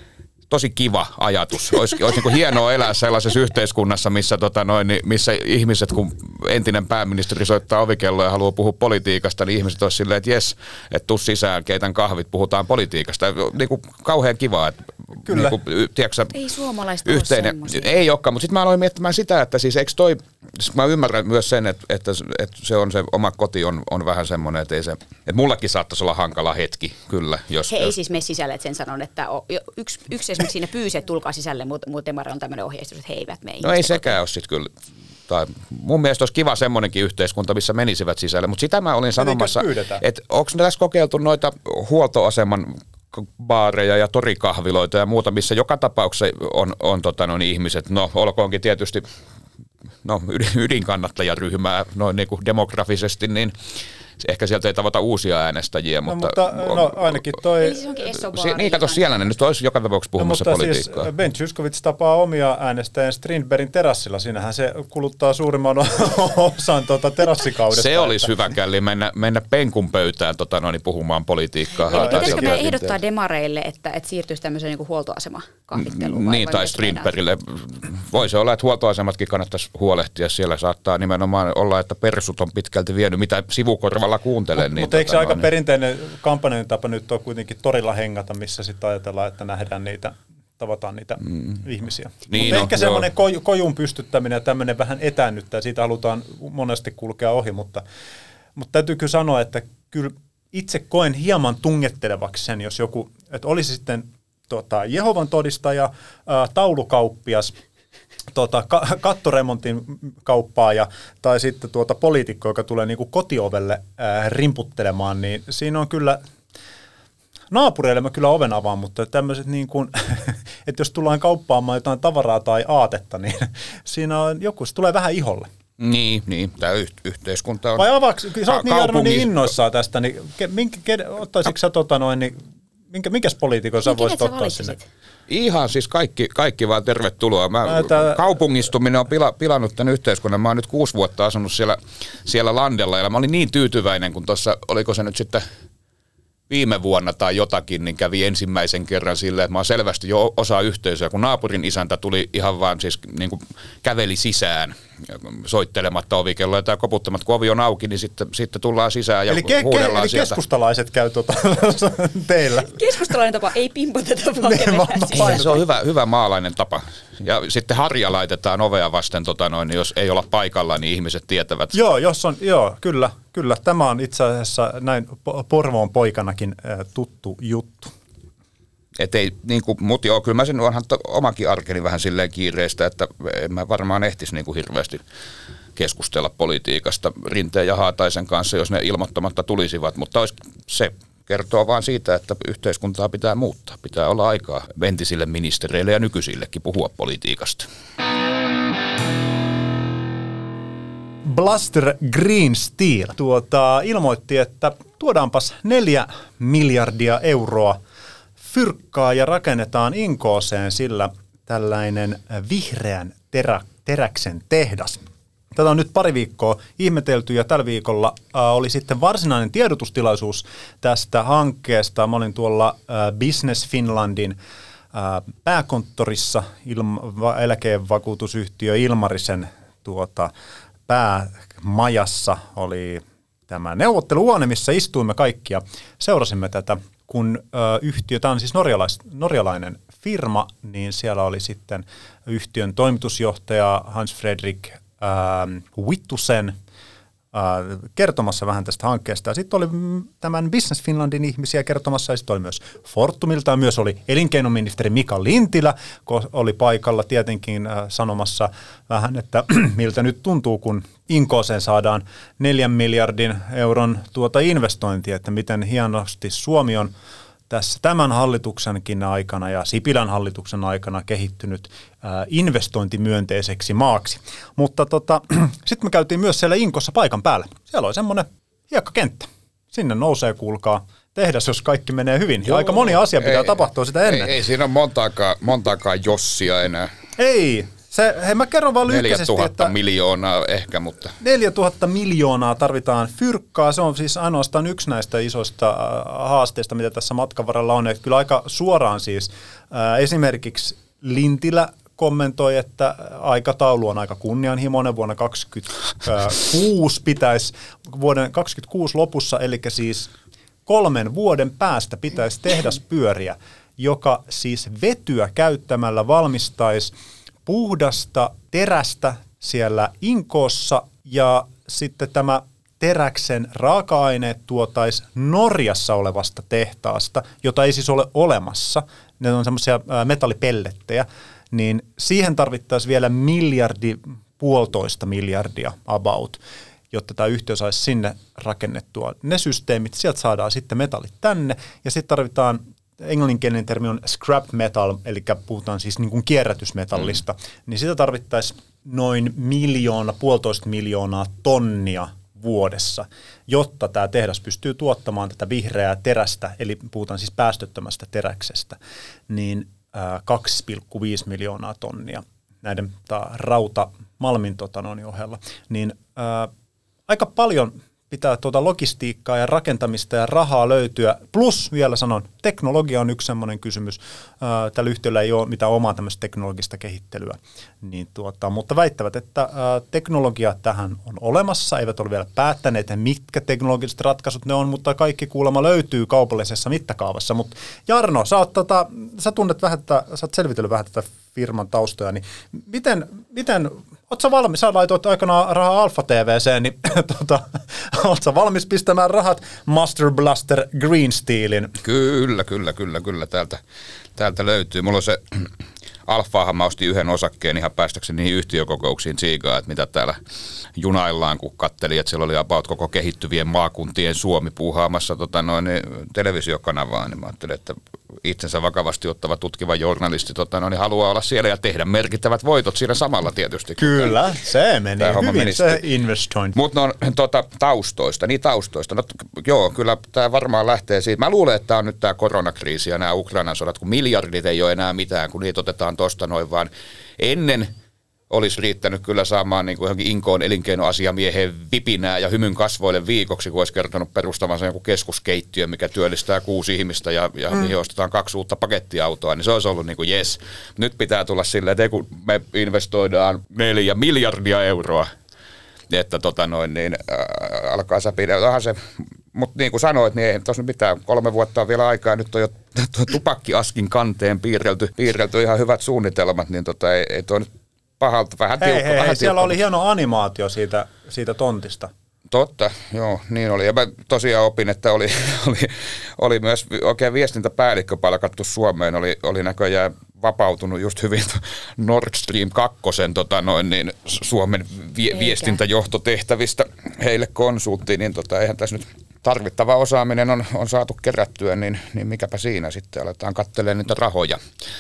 tosi kiva ajatus. Olisi, olisi niin kuin hienoa elää sellaisessa yhteiskunnassa, missä, tota noin, missä ihmiset, kun entinen pääministeri soittaa ovikelloa ja haluaa puhua politiikasta, niin ihmiset olisivat silleen, että jes, että tuu sisään, keitän kahvit, puhutaan politiikasta. Niin kuin kauhean kivaa. Että, Kyllä. Niin kuin, tiedätkö, ei suomalaista yhteinen, ole ei olekaan, mutta sitten mä aloin miettimään sitä, että siis eikö toi, mä ymmärrän myös sen, että, että, että se on se oma koti on, on vähän semmoinen, että ei se, että mullakin saattaisi olla hankala hetki, kyllä. Jos, He jos, ei siis mene sisälle, että sen sanon, että yksi, yksi esimerkiksi siinä pyysi, että tulkaa sisälle, mutta Demari on tämmöinen ohjeistus, että he eivät mene. No ei sekään ole sitten kyllä. Tai mun mielestä olisi kiva semmoinenkin yhteiskunta, missä menisivät sisälle, mutta sitä mä olin sanomassa, että onko tässä kokeiltu noita huoltoaseman baareja ja torikahviloita ja muuta, missä joka tapauksessa on, on tota, noin ihmiset, no olkoonkin tietysti no, ydinkannattajaryhmää noin niin kuin demografisesti, niin ehkä sieltä ei tavata uusia äänestäjiä, no, mutta... mutta no ainakin toi... Ei, se onkin Esso-baari. Niin, kato siellä ne nyt olisi joka tapauksessa puhumassa no, mutta politiikkaa. Siis Ben Zyskowicz tapaa omia äänestäjien Strindbergin terassilla. Siinähän se kuluttaa suurimman osan tuota terassikaudesta. Se olisi että... hyvä källi mennä, mennä penkun pöytään tota, noin, puhumaan politiikkaa. Eli pitäisikö me ehdottaa demareille, että, että siirtyisi tämmöiseen niin kuin huoltoasemakahvitteluun? Niin, tai Strindbergille. Voisi olla, että huoltoasematkin kannattaisi huolehtia. Siellä saattaa nimenomaan olla, että persut on pitkälti vienyt, mitä sivukorvalla kuuntelee. Mut, niin, mutta eikö se tota, aika niin. perinteinen kampanjan tapa nyt on kuitenkin torilla hengata, missä sitten ajatellaan, että nähdään niitä, tavataan niitä mm. ihmisiä. Niin, mutta no, ehkä semmoinen koj, kojun pystyttäminen ja tämmöinen vähän etäännyttää, siitä halutaan monesti kulkea ohi, mutta, mutta täytyy kyllä sanoa, että kyllä itse koen hieman tungettelevaksi sen, jos joku, että olisi sitten tota, Jehovan todistaja, ää, taulukauppias, Tuota, ka- kattoremontin kauppaaja tai sitten tuota poliitikko, joka tulee niinku kotiovelle ää, rimputtelemaan, niin siinä on kyllä, naapureille mä kyllä oven avaan, mutta tämmöiset niin kuin, että jos tullaan kauppaamaan jotain tavaraa tai aatetta, niin siinä on joku, se tulee vähän iholle. Niin, niin, tämä y- yhteiskunta on... Vai avaaks, sä oot niin, kaupungin... niin innoissaan tästä, niin ke, minkä, ke, ottaisitko sä tota noin, niin minkä, minkäs poliitikon sä voisit ottaa sinne? Ihan siis kaikki, kaikki vaan tervetuloa. Mä, Tää... Kaupungistuminen on pila, pilannut tämän yhteiskunnan. Mä oon nyt kuusi vuotta asunut siellä, siellä landella ja mä olin niin tyytyväinen, kun tuossa, oliko se nyt sitten viime vuonna tai jotakin, niin kävi ensimmäisen kerran silleen, että mä oon selvästi jo osa yhteisöä, kun naapurin isäntä tuli ihan vaan siis niin kuin käveli sisään soittelematta ovikelloa tai koputtamat, kun ovi on auki, niin sitten, sitten tullaan sisään ja eli ke- huudellaan ke- eli sieltä. Keskustalaiset käy tuota teillä. Keskustalainen tapa, ei pimpoteta vaan kävellä. Se on hyvä, hyvä maalainen tapa. Ja sitten harja laitetaan ovea vasten, tota noin, jos ei olla paikalla, niin ihmiset tietävät. Joo, jos on, joo, kyllä, kyllä. Tämä on itse asiassa näin Porvoon poikanakin äh, tuttu juttu. Et ei, niin kuin, mut joo, kyllä mä sen onhan to, omakin arkeni vähän silleen kiireistä, että en mä varmaan ehtisi niin kuin hirveästi keskustella politiikasta Rinteen ja Haataisen kanssa, jos ne ilmoittamatta tulisivat, mutta olis, se kertoo vaan siitä, että yhteiskuntaa pitää muuttaa. Pitää olla aikaa entisille ministereille ja nykyisillekin puhua politiikasta. Bluster Green Steel tuota, ilmoitti, että tuodaanpas neljä miljardia euroa fyrkkaa ja rakennetaan Inkooseen sillä tällainen vihreän terä, teräksen tehdas. Tätä on nyt pari viikkoa ihmetelty ja tällä viikolla äh, oli sitten varsinainen tiedotustilaisuus tästä hankkeesta. Mä olin tuolla äh, Business Finlandin äh, pääkonttorissa, ilma, eläkevakuutusyhtiö Ilmarisen tuota, päämajassa oli tämä neuvotteluhuone, missä istuimme kaikki ja seurasimme tätä. Kun ö, yhtiö, tämä on siis norjalais, norjalainen firma, niin siellä oli sitten yhtiön toimitusjohtaja Hans Fredrik äh, Wittusen äh, kertomassa vähän tästä hankkeesta. Ja sitten oli tämän Business Finlandin ihmisiä kertomassa, ja sitten oli myös Fortumilta, ja myös oli elinkeinoministeri Mika Lintilä, oli paikalla tietenkin äh, sanomassa vähän, että miltä nyt tuntuu, kun Inkooseen saadaan neljän miljardin euron tuota investointia, että miten hienosti Suomi on tässä tämän hallituksenkin aikana ja Sipilän hallituksen aikana kehittynyt ää, investointimyönteiseksi maaksi. Mutta tota, sitten me käytiin myös siellä Inkoossa paikan päällä. Siellä oli semmoinen hiekkakenttä. Sinne nousee, kuulkaa, tehdas, jos kaikki menee hyvin. Ja aika moni asia pitää ei, tapahtua sitä ennen. Ei, ei siinä ole montaakaan, montaakaan jossia enää. Ei. Se, hei mä kerron vaan lyhkäisesti, neljätuhatta että miljoonaa ehkä, mutta... neljätuhatta miljoonaa tarvitaan fyrkkaa. Se on siis ainoastaan yksi näistä isoista haasteista, mitä tässä matkan varrella on. Että kyllä aika suoraan siis ää, esimerkiksi Lintilä kommentoi, että aikataulu on aika kunnianhimoinen. Vuonna kaksikymmentäkuusi pitäisi, vuoden kaksikymmentäkuusi lopussa, eli siis kolmen vuoden päästä pitäisi tehdas pyöriä, joka siis vetyä käyttämällä valmistaisi puhdasta terästä siellä Inkoossa, ja sitten tämä teräksen raaka-aineet tuotaisi Norjassa olevasta tehtaasta, jota ei siis ole olemassa. Ne on semmoisia metallipellettejä, niin siihen tarvittaisiin vielä miljardi, puolitoista miljardia about, jotta tämä yhtiö saisi sinne rakennettua ne systeemit. Sieltä saadaan sitten metallit tänne, ja sitten tarvitaan, englanninkielinen termi on scrap metal, eli puhutaan siis niin kuin kierrätysmetallista, mm. niin sitä tarvittaisiin noin miljoona, puolitoista miljoonaa tonnia vuodessa, jotta tämä tehdas pystyy tuottamaan tätä vihreää terästä, eli puhutaan siis päästöttömästä teräksestä, niin kaksi pilkku viisi miljoonaa tonnia näiden rauta malmin tota, ohella, niin ää, aika paljon pitää tuota logistiikkaa ja rakentamista ja rahaa löytyä. Plus vielä sanon, teknologia on yksi semmoinen kysymys. Ää, tällä yhtiöllä ei ole mitään omaa tämmöistä teknologista kehittelyä. Niin tuota, mutta väittävät, että ää, teknologia tähän on olemassa. Eivät ole vielä päättäneet, mitkä teknologiset ratkaisut ne on, mutta kaikki kuulemma löytyy kaupallisessa mittakaavassa. Mutta Jarno, sä, oot, tota, sä tunnet vähän tätä, sä oot selvitellyt vähän tätä firman taustoja, niin miten, miten oot sä valmis, sä laitoit aikanaan rahaa Alfa T V:seen, niin tota, oot sä valmis pistämään rahat Master Blaster Green Steelin? Kyllä, kyllä, kyllä, kyllä, täältä, täältä löytyy. Mulla on se, Alfaahan mä ostin yhden osakkeen ihan päästäkseni niihin yhtiökokouksiin tsiigaa, että mitä täällä junaillaan, kun kattelin, että siellä oli about koko kehittyvien maakuntien Suomi puuhaamassa tota noin, televisiokanavaa, niin mä ajattelin, että itsensä vakavasti ottava tutkiva journalisti tota noin, haluaa olla siellä ja tehdä merkittävät voitot siinä samalla tietysti. Kyllä, se meni hyvin, meni se investointi. Mutta no tota, taustoista, niin taustoista, no joo, kyllä tämä varmaan lähtee siitä. Mä luulen, että tämä on nyt tämä koronakriisi ja nämä Ukrainan sodat, kun miljardit ei ole enää mitään, kun niitä otetaan tuosta noin, vaan ennen olisi riittänyt kyllä saamaan niin kuin johonkin Inkoon elinkeinoasiamiehen vipinää ja hymyn kasvoille viikoksi, kun olisi kertonut perustavansa joku keskuskeittiö, mikä työllistää kuusi ihmistä ja, ja mm. mihin ostetaan kaksi uutta pakettiautoa, niin se olisi ollut niin kuin jes. Nyt pitää tulla silleen, että kun me investoidaan neljä miljardia euroa, että tota noin, niin äh, alkaa säpinä. Onhan se, mutta niin kuin sanoit, niin ei tuossa mitään. Kolme vuotta on vielä aikaa, nyt on jo tupakkiaskin kanteen piirrelty, piirrelty ihan hyvät suunnitelmat, niin tota, ei, ei toi nyt pahalta, vähän hei, tiukka. Hei, vähän hei, siellä tiukka. oli hieno animaatio siitä, siitä tontista. Totta, joo, niin oli. Ja mä tosiaan opin, että oli, oli, oli myös oikein viestintäpäällikkö palkattu Suomeen, oli, oli näköjään vapautunut just hyvin Nord Stream kaksi tota noin, niin Suomen vi- viestintäjohtotehtävistä heille konsulttiin, niin tota, eihän tässä nyt tarvittava osaaminen on, on saatu kerättyä, niin, niin mikäpä siinä sitten aletaan katselemaan niitä rahoja.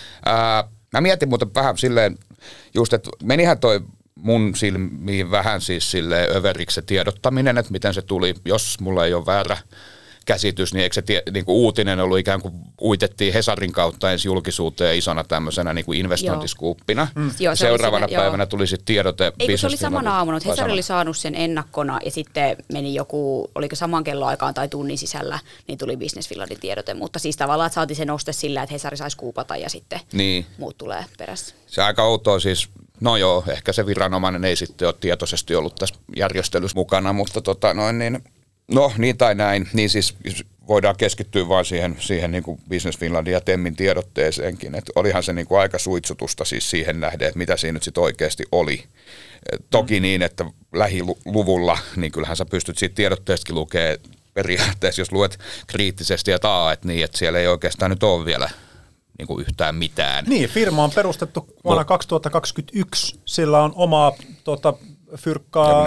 Ää, mä mietin muuten vähän silleen, just, että menihän toi mun silmiin vähän siis silleen överiksi se tiedottaminen, että miten se tuli, jos mulla ei ole väärä käsitys, niin eikö se tie, niin kuin uutinen ollut ikään kuin uitettiin Hesarin kautta ensi julkisuuteen isona tämmöisenä niin kuin investointiskuuppina. Mm. Joo, seuraavana se, päivänä joo. tuli sitten tiedote. Eikö se oli samana aamuna, että Hesari oli saanut sen ennakkona ja sitten meni joku, oliko saman kelloaikaan tai tunnin sisällä, niin tuli Business Finlandin tiedote, mutta siis tavallaan, että saatiin se noste sillä, että Hesari saisi kuupata ja sitten niin. Muut tulee perässä. Se aika outoa siis. No joo, ehkä se viranomainen ei sitten ole tietoisesti ollut tässä järjestelyssä mukana, mutta tota noin niin, no niin tai näin, niin siis voidaan keskittyä vaan siihen, siihen niin kuin Business Finlandin ja Temmin tiedotteeseenkin, että olihan se niin kuin aika suitsutusta siis siihen nähden, että mitä siinä nyt sitten oikeasti oli. Toki mm. niin, että lähiluvulla, niin kyllähän sä pystyt siitä tiedotteestakin lukemaan periaatteessa, jos luet kriittisesti, että, aa, että, niin, että siellä ei oikeastaan nyt ole vielä niin kuin yhtään mitään. Niin, firma on perustettu vuonna no. kaksituhattakaksikymmentäyksi. Sillä on omaa tuota, fyrkkaa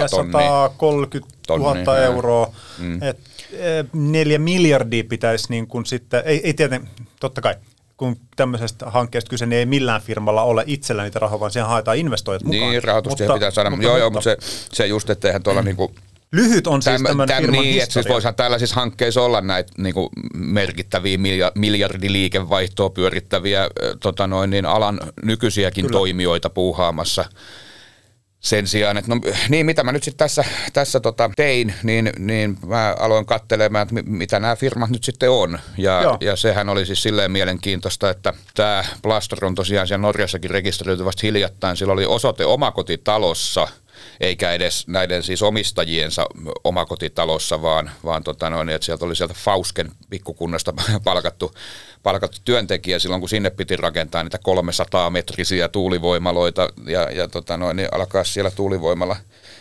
neljäsataakolmekymmentätuhatta euroa. Mm. Et, neljä miljardia pitäisi niin kuin sitten, ei, ei tieten, totta kai, kun tämmöisestä hankkeesta kyse, niin ei millään firmalla ole itsellä niitä rahoja, vaan siihen haetaan investoijat mukaan. Niin, rahoitusta pitää saada. Mutta, joo, joo, mutta se, se just, että eihän tuolla mm. niinku Lyhyt on siis tämän täm, firman niin, historia. että siis voisihan tällaisissa hankkeissa olla näitä niin kuin merkittäviä miljardiliikevaihtoa pyörittäviä tota noin, niin alan nykyisiäkin Kyllä. toimijoita puuhaamassa. Sen sijaan, että no niin mitä mä nyt sitten tässä, tässä tota tein, niin, niin mä aloin katselemaan, että mitä nämä firmat nyt sitten on. Ja, ja sehän oli siis silleen mielenkiintoista, että tämä Plastor on tosiaan siellä Norjassakin rekisteröity vasta hiljattain. Sillä oli osoite omakotitalossa, eikä edes näiden siis omistajiensa omakotitalossa, vaan, vaan tota noin, että sieltä oli sieltä Fausken pikkukunnasta palkattu, palkattu työntekijä silloin, kun sinne piti rakentaa niitä kolmesataa metrisiä tuulivoimaloita ja, ja tota noin, niin alkaa siellä tuulivoimalla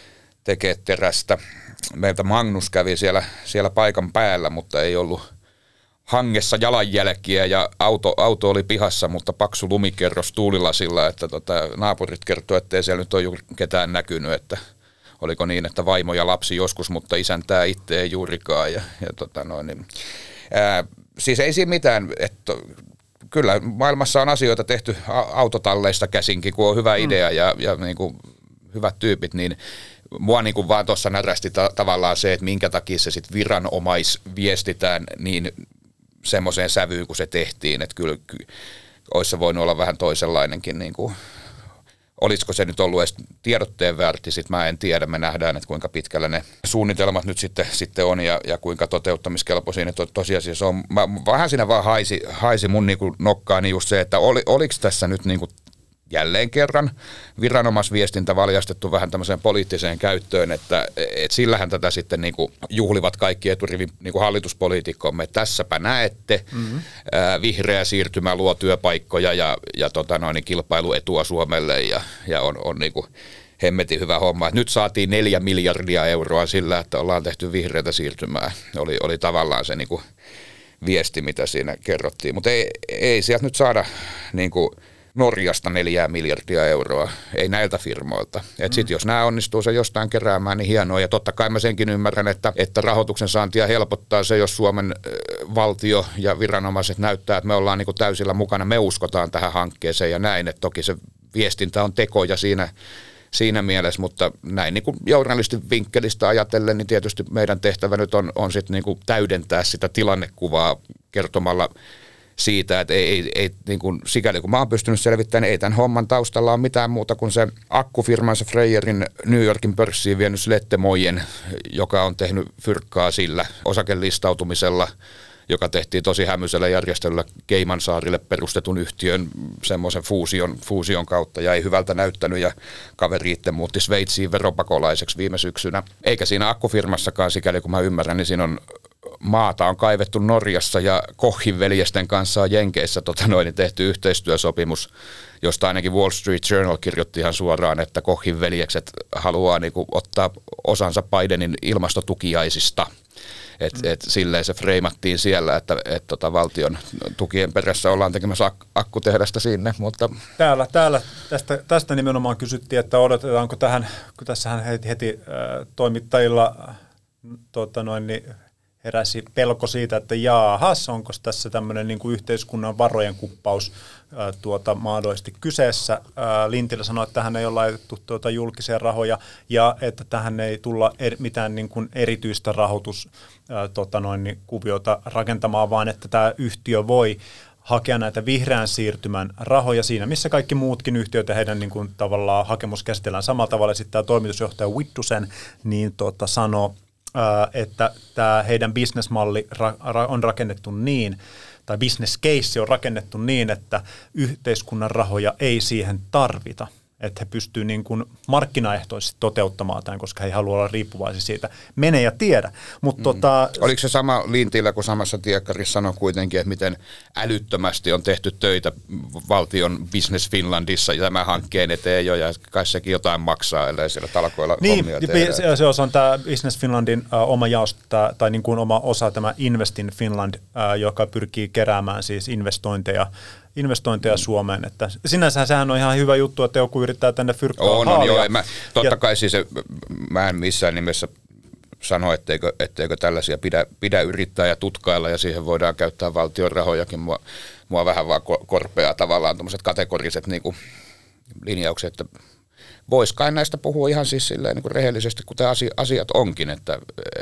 tekee terästä. Meiltä Magnus kävi siellä, siellä paikan päällä, mutta ei ollut hangessa jalanjälkiä ja auto, auto oli pihassa, mutta paksu lumikerros tuulilasilla, että tota, naapurit kertoi, ettei siellä nyt ole juuri ketään näkynyt, että oliko niin, että vaimo ja lapsi joskus, mutta isäntää itse ei juurikaan. Ja, ja tota noin, niin, ää, siis ei siinä mitään, että kyllä maailmassa on asioita tehty autotalleista käsinkin, kun on hyvä idea ja, ja niin kuin hyvät tyypit, niin mua niin kuin vaan tuossa närästi ta- tavallaan se, että minkä takia se sitten viranomaisviestitään niin semmoiseen sävyyn, kun se tehtiin, että kyllä, kyllä olisi se voinut olla vähän toisenlainenkin, niin kuin, olisiko se nyt ollut edes tiedotteen väärti, sitten mä en tiedä, me nähdään, että kuinka pitkällä ne suunnitelmat nyt sitten, sitten on ja, ja kuinka toteuttamiskelpoisia ne to, tosiasiassa on. Mä, vähän siinä vaan haisi, haisi mun niin kuin nokkaani just se, että oli, oliko tässä nyt niin kuin jälleen kerran viranomaisviestintä valjastettu vähän tämmöiseen poliittiseen käyttöön, että et sillähän tätä sitten niinku juhlivat kaikki eturivin niinku hallituspoliitikkomme. Tässäpä näette, mm-hmm. ää, vihreä siirtymä luo työpaikkoja ja, ja tota noin, kilpailuetua Suomelle ja, ja on, on niinku hemmetin hyvä homma. Et nyt saatiin neljä miljardia euroa sillä, että ollaan tehty vihreätä siirtymää. Oli, oli tavallaan se niinku viesti, mitä siinä kerrottiin, mutta ei, ei sieltä nyt saada niinku Norjasta neljää miljardia euroa, ei näiltä firmoilta. Et sit, jos nämä onnistuu se jostain keräämään, niin hienoa. Ja totta kai mä senkin ymmärrän, että, että rahoituksen saantia helpottaa se, jos Suomen valtio ja viranomaiset näyttää, että me ollaan niin kuin täysillä mukana, me uskotaan tähän hankkeeseen ja näin. Et toki se viestintä on tekoja siinä, siinä mielessä, mutta näin niin kuin journalistin vinkkelistä ajatellen, niin tietysti meidän tehtävä nyt on, on sit niin kuin täydentää sitä tilannekuvaa kertomalla siitä, että ei, ei, ei niin kuin, sikäli kun mä oon pystynyt selvittämään, niin ei tämän homman taustalla ole mitään muuta kuin se akkufirmansa Freyerin New Yorkin pörssiin vienyt Slettemojen, joka on tehnyt fyrkkaa sillä osakelistautumisella, joka tehtiin tosi hämyisellä järjestelyllä Caymansaarille perustetun yhtiön semmoisen fuusion, fuusion kautta ja ei hyvältä näyttänyt ja kaveri itse muutti Sveitsiin veropakolaiseksi viime syksynä. Eikä siinä akkufirmassakaan, sikäli kun mä ymmärrän, niin siinä on maata on kaivettu Norjassa ja Kochin veljesten kanssa on Jenkeissä tota noin, tehty yhteistyösopimus, josta ainakin Wall Street Journal kirjoitti ihan suoraan, että Kochin veljekset haluaa niin kuin, ottaa osansa Bidenin ilmastotukiaisista. Et, mm. et, silleen se freimattiin siellä, että et, tota, valtion tukien perässä ollaan tekemässä ak- akkutehdasta sinne. Mutta Täällä, täällä tästä, tästä nimenomaan kysyttiin, että odotetaanko tähän, kun tässähän heti, heti äh, toimittajilla äh, tota noin, niin heräsi pelko siitä, että jaahas, onko tässä tämmöinen niin kuin yhteiskunnan varojen kuppaus ää, tuota, mahdollisesti kyseessä. Ää, Lintilä sanoi, että tähän ei ole laitettu tuota, julkisia rahoja ja että tähän ei tulla er, mitään niin kuin erityistä rahoituskuviota tota niin, rakentamaan, vaan että tämä yhtiö voi hakea näitä vihreän siirtymän rahoja siinä, missä kaikki muutkin yhtiöt ja heidän niin kuin, tavallaan hakemus käsitellään samalla tavalla. Sitten tämä toimitusjohtaja Wittusen niin, tota, sanoi, että tämä heidän bisnesmalli on rakennettu niin, tai business case on rakennettu niin, että yhteiskunnan rahoja ei siihen tarvita. Että he pystyvät niin kuin markkinaehtoisesti toteuttamaan tämän, koska he ei halua olla riippuvaisia siitä. Mene ja tiedä. Mut mm. tota, Oliko se sama Lintilä, kun samassa tiekkarissa sanoi kuitenkin, että miten älyttömästi on tehty töitä valtion Business Finlandissa ja tämän hankkeen eteen jo, ja kai sekin jotain maksaa, ellei siellä talkoilla niin, hommia tehdä. Se, se on tämä Business Finlandin uh, oma jaosto, tai niin kuin oma osa tämä Invest in Finland, uh, joka pyrkii keräämään siis investointeja investointeja Suomeen, että sinänsä sehän on ihan hyvä juttu, että joku yrittää tänne fyrkkaa on, haalia. On, joo, mä, totta ja, kai siis mä en missään nimessä sano, etteikö, etteikö tällaisia pidä, pidä yrittää ja tutkailla ja siihen voidaan käyttää valtion rahojakin. Mua, mua vähän vaan korpeaa tavallaan tuommoiset kategoriset niin kuin linjaukset, että vois kai näistä puhua ihan siis silleen niin kuin rehellisesti, kuten asiat onkin, että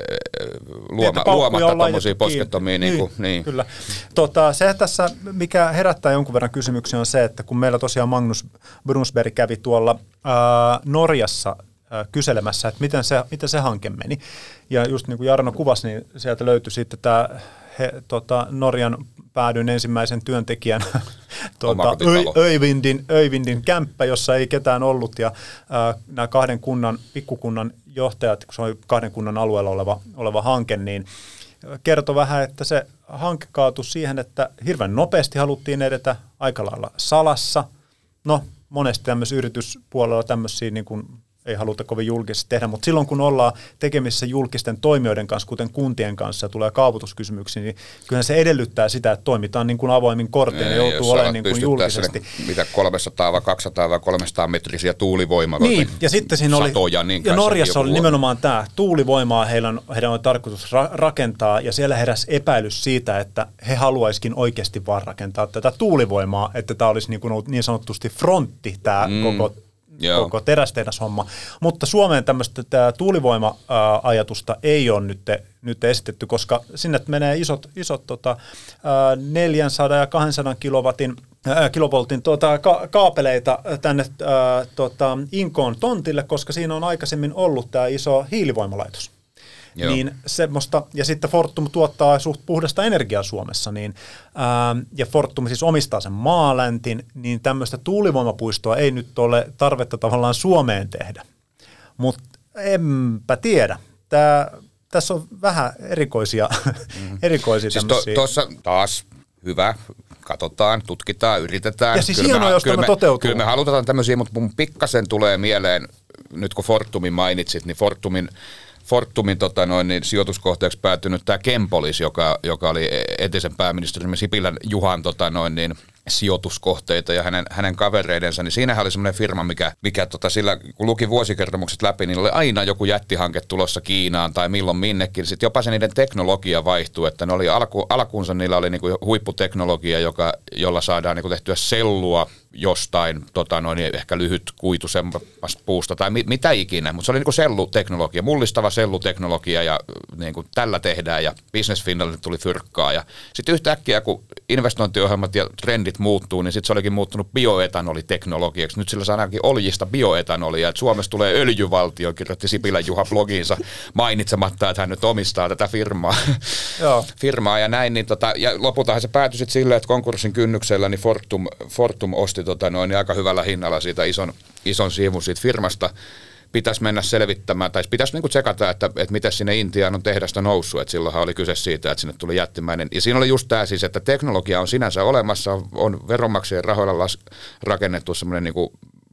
luoma, luomatta tuommoisia poskettomia. Niin kuin, niin, niin. Kyllä. Tota, se tässä, mikä herättää jonkun verran kysymyksiä, on se, että kun meillä tosiaan Magnus Brunsberg kävi tuolla ää, Norjassa ää, kyselemässä, että miten se, miten se hanke meni. Ja just niin kuin Jarno kuvasi, niin sieltä löytyi sitten tämä he, tota, Norjan päädyin ensimmäisen työntekijän tuota, Öivindin, Öivindin kämppä, jossa ei ketään ollut, ja ää, nämä kahden kunnan, pikkukunnan johtajat, kun se on kahden kunnan alueella oleva, oleva hanke, niin kertoi vähän, että se hanke kaatui siihen, että hirveän nopeasti haluttiin edetä aika lailla salassa. No, monesti tämmöisessä yrityspuolella tämmöisiä niin kuin ei haluta kovin julkisesti tehdä, mutta silloin kun ollaan tekemisissä julkisten toimijoiden kanssa, kuten kuntien kanssa, ja tulee kaavoituskysymyksiä, niin kyllähän se edellyttää sitä, että toimitaan niin kuin avoimin kortein ja joutuu olemaan niin kuin julkisesti. Mitä kolmesataa vai kaksisataa vai kolmesataa metrisiä tuulivoimaloita. Niin, ja sitten siinä oli, satoja, niin ja Norjassa oli nimenomaan tämä, tuulivoimaa heidän, heidän on tarkoitus ra- rakentaa, ja siellä heräsi epäilys siitä, että he haluaisikin oikeasti vaan rakentaa tätä tuulivoimaa, että tämä olisi niin, kuin niin sanotusti frontti tämä mm. koko Joo. koko terästehdashomma. Mutta Suomeen tämmöistä tuulivoima-ajatusta ei ole nyt, nyt esitetty, koska sinne menee isot, isot tota, neljäsataa ja kahdensadan kilowatin, ää, kilovoltin tota, ka- kaapeleita tänne ää, tota, Inkoon tontille, koska siinä on aikaisemmin ollut tämä iso hiilivoimalaitos. Joo. Niin semmoista, ja sitten Fortum tuottaa suht puhdasta energiaa Suomessa, niin, ää, ja Fortum siis omistaa sen Maaläntin, niin tämmöistä tuulivoimapuistoa ei nyt ole tarvetta tavallaan Suomeen tehdä. Mutta enpä tiedä. Tää, tässä on vähän erikoisia, mm. erikoisia siis tämmöisiä. Tuossa taas hyvä, katsotaan, tutkitaan, yritetään. Ja siis hienoa, jos tämä toteutuu. Kyllä me halutaan tämmöisiä, mutta mun pikkasen tulee mieleen, nyt kun Fortumin mainitsit, niin Fortumin Fortumin tota noin, niin sijoituskohteeksi päätynyt tämä Kempolis, joka, joka oli entisen pääministerimme Sipilän Juhan tota noin, niin sijoituskohteita ja hänen, hänen kavereidensa, niin siinähän oli semmoinen firma, mikä, mikä tota, sillä, kun luki vuosikertomukset läpi, niin oli aina joku jättihanke tulossa Kiinaan tai milloin minnekin. Sitten jopa se niiden teknologia vaihtui, että ne oli alku, alkuunsa niillä oli niinku huipputeknologia, joka, jolla saadaan niinku tehtyä sellua jostain tota noin, ehkä lyhyt kuitusemmasta puusta tai mit, mitä ikinä, mutta se oli niinku selluteknologia, mullistava selluteknologia ja niinku tällä tehdään ja Business Finlandille tuli fyrkkaa ja sitten yhtäkkiä kun investointiohjelmat ja trendit muuttuu, niin sitten se olikin muuttunut bioetanoliteknologiaksi. Nyt sillä saadaankin oljista bioetanolia, että Suomessa tulee öljyvaltio, kirjoitti Sipilän Juha blogiinsa mainitsematta, että hän nyt omistaa tätä firmaa, Joo. firmaa ja näin, niin tota, ja lopultahan se päätyi sitten silleen, että konkurssin kynnyksellä niin Fortum, Fortum osti tota noin, niin aika hyvällä hinnalla siitä ison, ison siivun siitä firmasta. Pitäisi mennä selvittämään, tai pitäisi niinku tsekata, että, että miten sinne Intiaan on tehdasta noussut, että silloinhan oli kyse siitä, että sinne tuli jättimäinen. Ja siinä oli just tämä siis, että teknologia on sinänsä olemassa, on veronmaksajien rahoilla las, rakennettu semmoinen niinku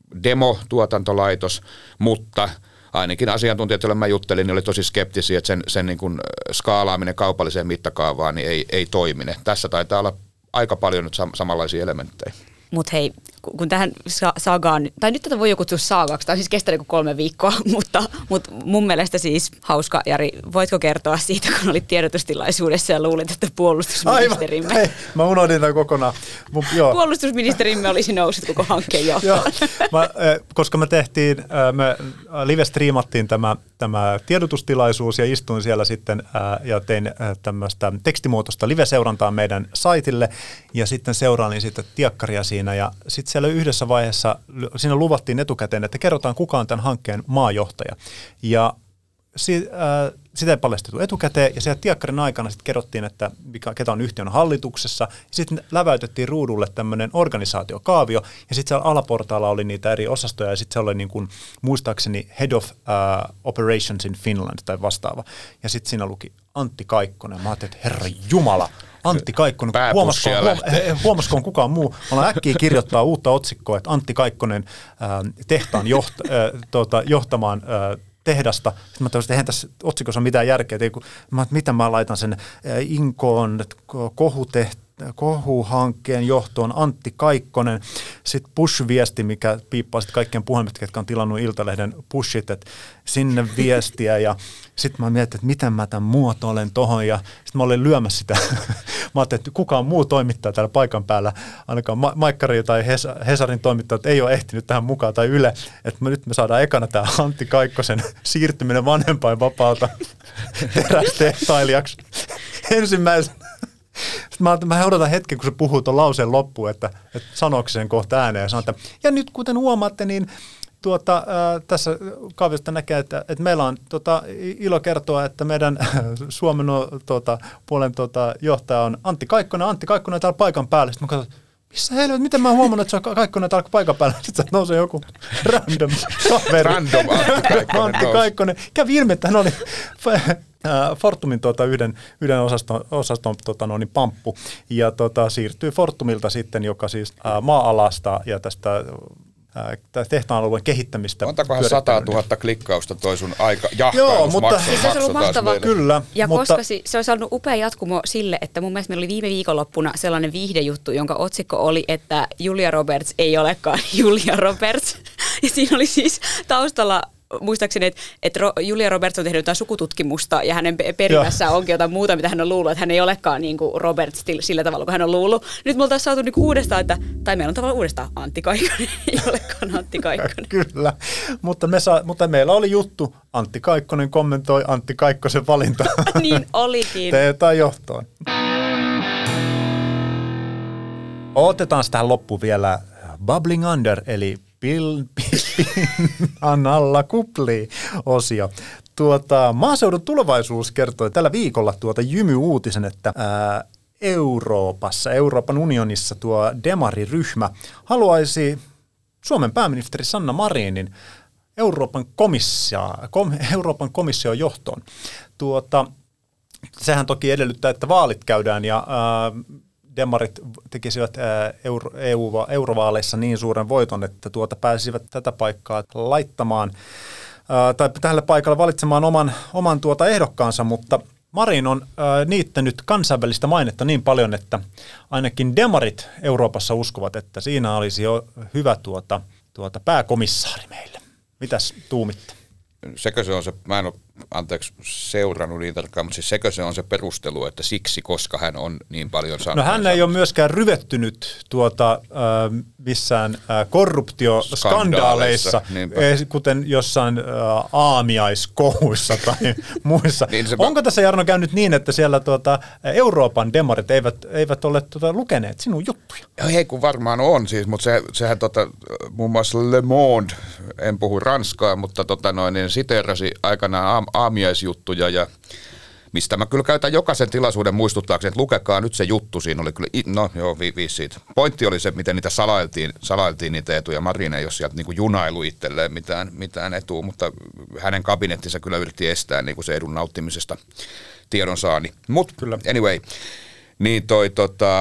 demo-tuotantolaitos, mutta ainakin asiantuntijat, joille mä juttelin, niin oli tosi skeptisiä, että sen, sen niinku skaalaaminen kaupalliseen mittakaavaan niin ei, ei toimine. Tässä taitaa olla aika paljon nyt sam- samanlaisia elementtejä. Mutta hei, kun tähän saagaan, tai nyt tätä voi joku kutsua saagaksi, tämä on siis kestänyt kuin kolme viikkoa, mutta, mutta mun mielestä siis hauska, Jari, voitko kertoa siitä, kun olit tiedotustilaisuudessa ja luulit, että puolustusministerimme... Aivan, hei, mä unohdin tämän kokonaan. Mun, joo. Puolustusministerimme olisi noussut koko hankkeen johtoon. Mä, koska me tehtiin, me live-striimattiin tämä, tämä tiedotustilaisuus ja istuin siellä sitten ja tein tämmöistä tekstimuotoista live-seurantaa meidän saitille ja sitten seurailin sitten tiekkaria siinä ja sitten siellä yhdessä vaiheessa, siinä luvattiin etukäteen, että kerrotaan kuka on tämän hankkeen maajohtaja. Ja si, äh, sitä ei paljastettu etukäteen, ja siellä tiekkarin aikana sitten kerrottiin, että mikä, ketä on yhtiön hallituksessa, ja sitten läväytettiin ruudulle tämmöinen organisaatiokaavio, ja sitten siellä alaportaalla oli niitä eri osastoja, ja sitten se oli niin kuin, muistaakseni Head of uh, Operations in Finland tai vastaava. Ja sitten siinä luki Antti Kaikkonen. Mä ajattelin, että herra jumala, Antti Kaikkonen, huomaskoon, huomaskoon kukaan muu. Mä äkkiä kirjoittaa uutta otsikkoa, että Antti Kaikkonen äh, tehtaan joht, äh, tuota, johtamaan äh, tehdasta. Sitten mä toivoin, että eihän tässä otsikossa mitään järkeä. Kun, mä, mitä mä laitan sen äh, Inkoon kohutehtaan, kohuhankkeen johtoon Antti Kaikkonen. sitten push-viesti, mikä piippaa sitten kaikkien puhelimet, ketkä on tilannut Iltalehden pushit, että sinne viestiä ja sitten mä mietin, että miten mä tämän muotoilen tohon ja sitten mä olin lyömässä sitä. Mä ajattelin, että kukaan muu toimittaa täällä paikan päällä, ainakaan Ma- Maikkari tai Hes- Hesarin toimittajat ei ole ehtinyt tähän mukaan tai Yle, että me nyt me saadaan ekana tämä Antti Kaikkosen siirtyminen vanhempainvapaalta terästehtailijaksi ensimmäisen. Sitten mä, mä odotan hetken, kun se puhuu tuon lauseen loppuun, että, että sanooko sen kohta ääneen ja sanon, että ja nyt kuten huomaatte, niin tuota, äh, tässä kaaviosta näkee, että, että meillä on tuota, ilo kertoa, että meidän Suomen tuota, puolen tuota, johtaja on Antti Kaikkonen. Antti Kaikkonen on täällä paikan päällä. Sitten mä katson, missä helvet, miten mä oon huomannut, että se on Kaikkonen täällä paikan päällä. Sitten nousee joku random kaveri. Random Antti Kaikkonen. Antti Kaikkonen. Kävi ilmi, että hän oli Fortumin tuota, yhden, yhden osaston, osaston tota, no, niin pamppu ja tota, siirtyi Fortumilta sitten, joka siis ää, maa-alasta ja tästä tehtaan alueen kehittämistä. Montakohan sata tuhatta klikkausta toi sun aika jahkailus. Joo, mutta siis se olisi ollut mahtavaa. Kyllä. Ja mutta koska se olisi ollut upea jatkumo sille, että mun mielestä meillä oli viime viikonloppuna sellainen viihdejuttu, jonka otsikko oli, että Julia Roberts ei olekaan Julia Roberts. Ja siinä oli siis taustalla muistaakseni, että, että Julia Roberts on tehnyt jotain sukututkimusta ja hänen perimässä onkin jotain muuta, mitä hän on luullut, että hän ei olekaan niin kuin Roberts sillä tavalla, kun hän on luullut. Nyt me oltaisiin saatu niin kuin uudestaan, että, tai meillä on tavallaan uudestaan Antti Kaikkonen, ei olekaan Antti Kaikkonen. Kyllä, mutta, me saa, mutta meillä oli juttu, Antti Kaikkonen kommentoi Antti Kaikkosen valinta. Niin olikin. Teetaan johtoon. Otetaan tähän loppuun vielä Bubbling Under, eli Pil, pil, pinnan alla kuplii osio. Tuota, Maaseudun Tulevaisuus kertoi tällä viikolla tuota Jymy-uutisen, että ää, Euroopassa, Euroopan unionissa tuo demariryhmä haluaisi Suomen pääministeri Sanna Marinin Euroopan, komissio, kom, Euroopan komission johtoon. Tuota, sehän toki edellyttää, että vaalit käydään ja ää, demarit tekisivät euro, E U, eurovaaleissa niin suuren voiton, että tuota pääsisivät tätä paikkaa laittamaan ää, tai tälle paikalle valitsemaan oman, oman tuota ehdokkaansa, mutta Marin on ää, niittänyt kansainvälistä mainetta niin paljon, että ainakin demarit Euroopassa uskovat, että siinä olisi jo hyvä tuota, tuota pääkomissaari meille. Mitäs tuumitte? Sekö se on se, mä en ole anteeksi seurannut niin tarkkaan, mutta siis sekö se on se perustelu, että siksi, koska hän on niin paljon saanut. No hän ei ole myöskään ryvettynyt tuota, äh, missään äh, korruptioskandaaleissa, kuten jossain äh, aamiaiskohuissa tai muissa. Niin onko tässä, Jarno, käynyt niin, että siellä tuota, Euroopan demarit eivät, eivät ole tuota, lukeneet sinun juttuja? Hei, kun varmaan on siis, mutta se, sehän tota, muun muassa Le Monde, en puhu ranskaa, mutta tota noin, niin siteerasi aikanaan aamiaisjuttuja ja mistä mä kyllä käytän jokaisen tilaisuuden muistuttaakseni, että lukekaa nyt se juttu. Siinä oli kyllä, no joo, vi, viisi siitä. Pointti oli se, miten niitä salailtiin, salailtiin niitä etuja. Marin ei ole sieltä niin kuin junailu itselleen mitään, mitään etua, mutta hänen kabinettinsa kyllä yritti estää niin kuin se edun nauttimisesta tiedonsaani. Mutta anyway, niin toi tota...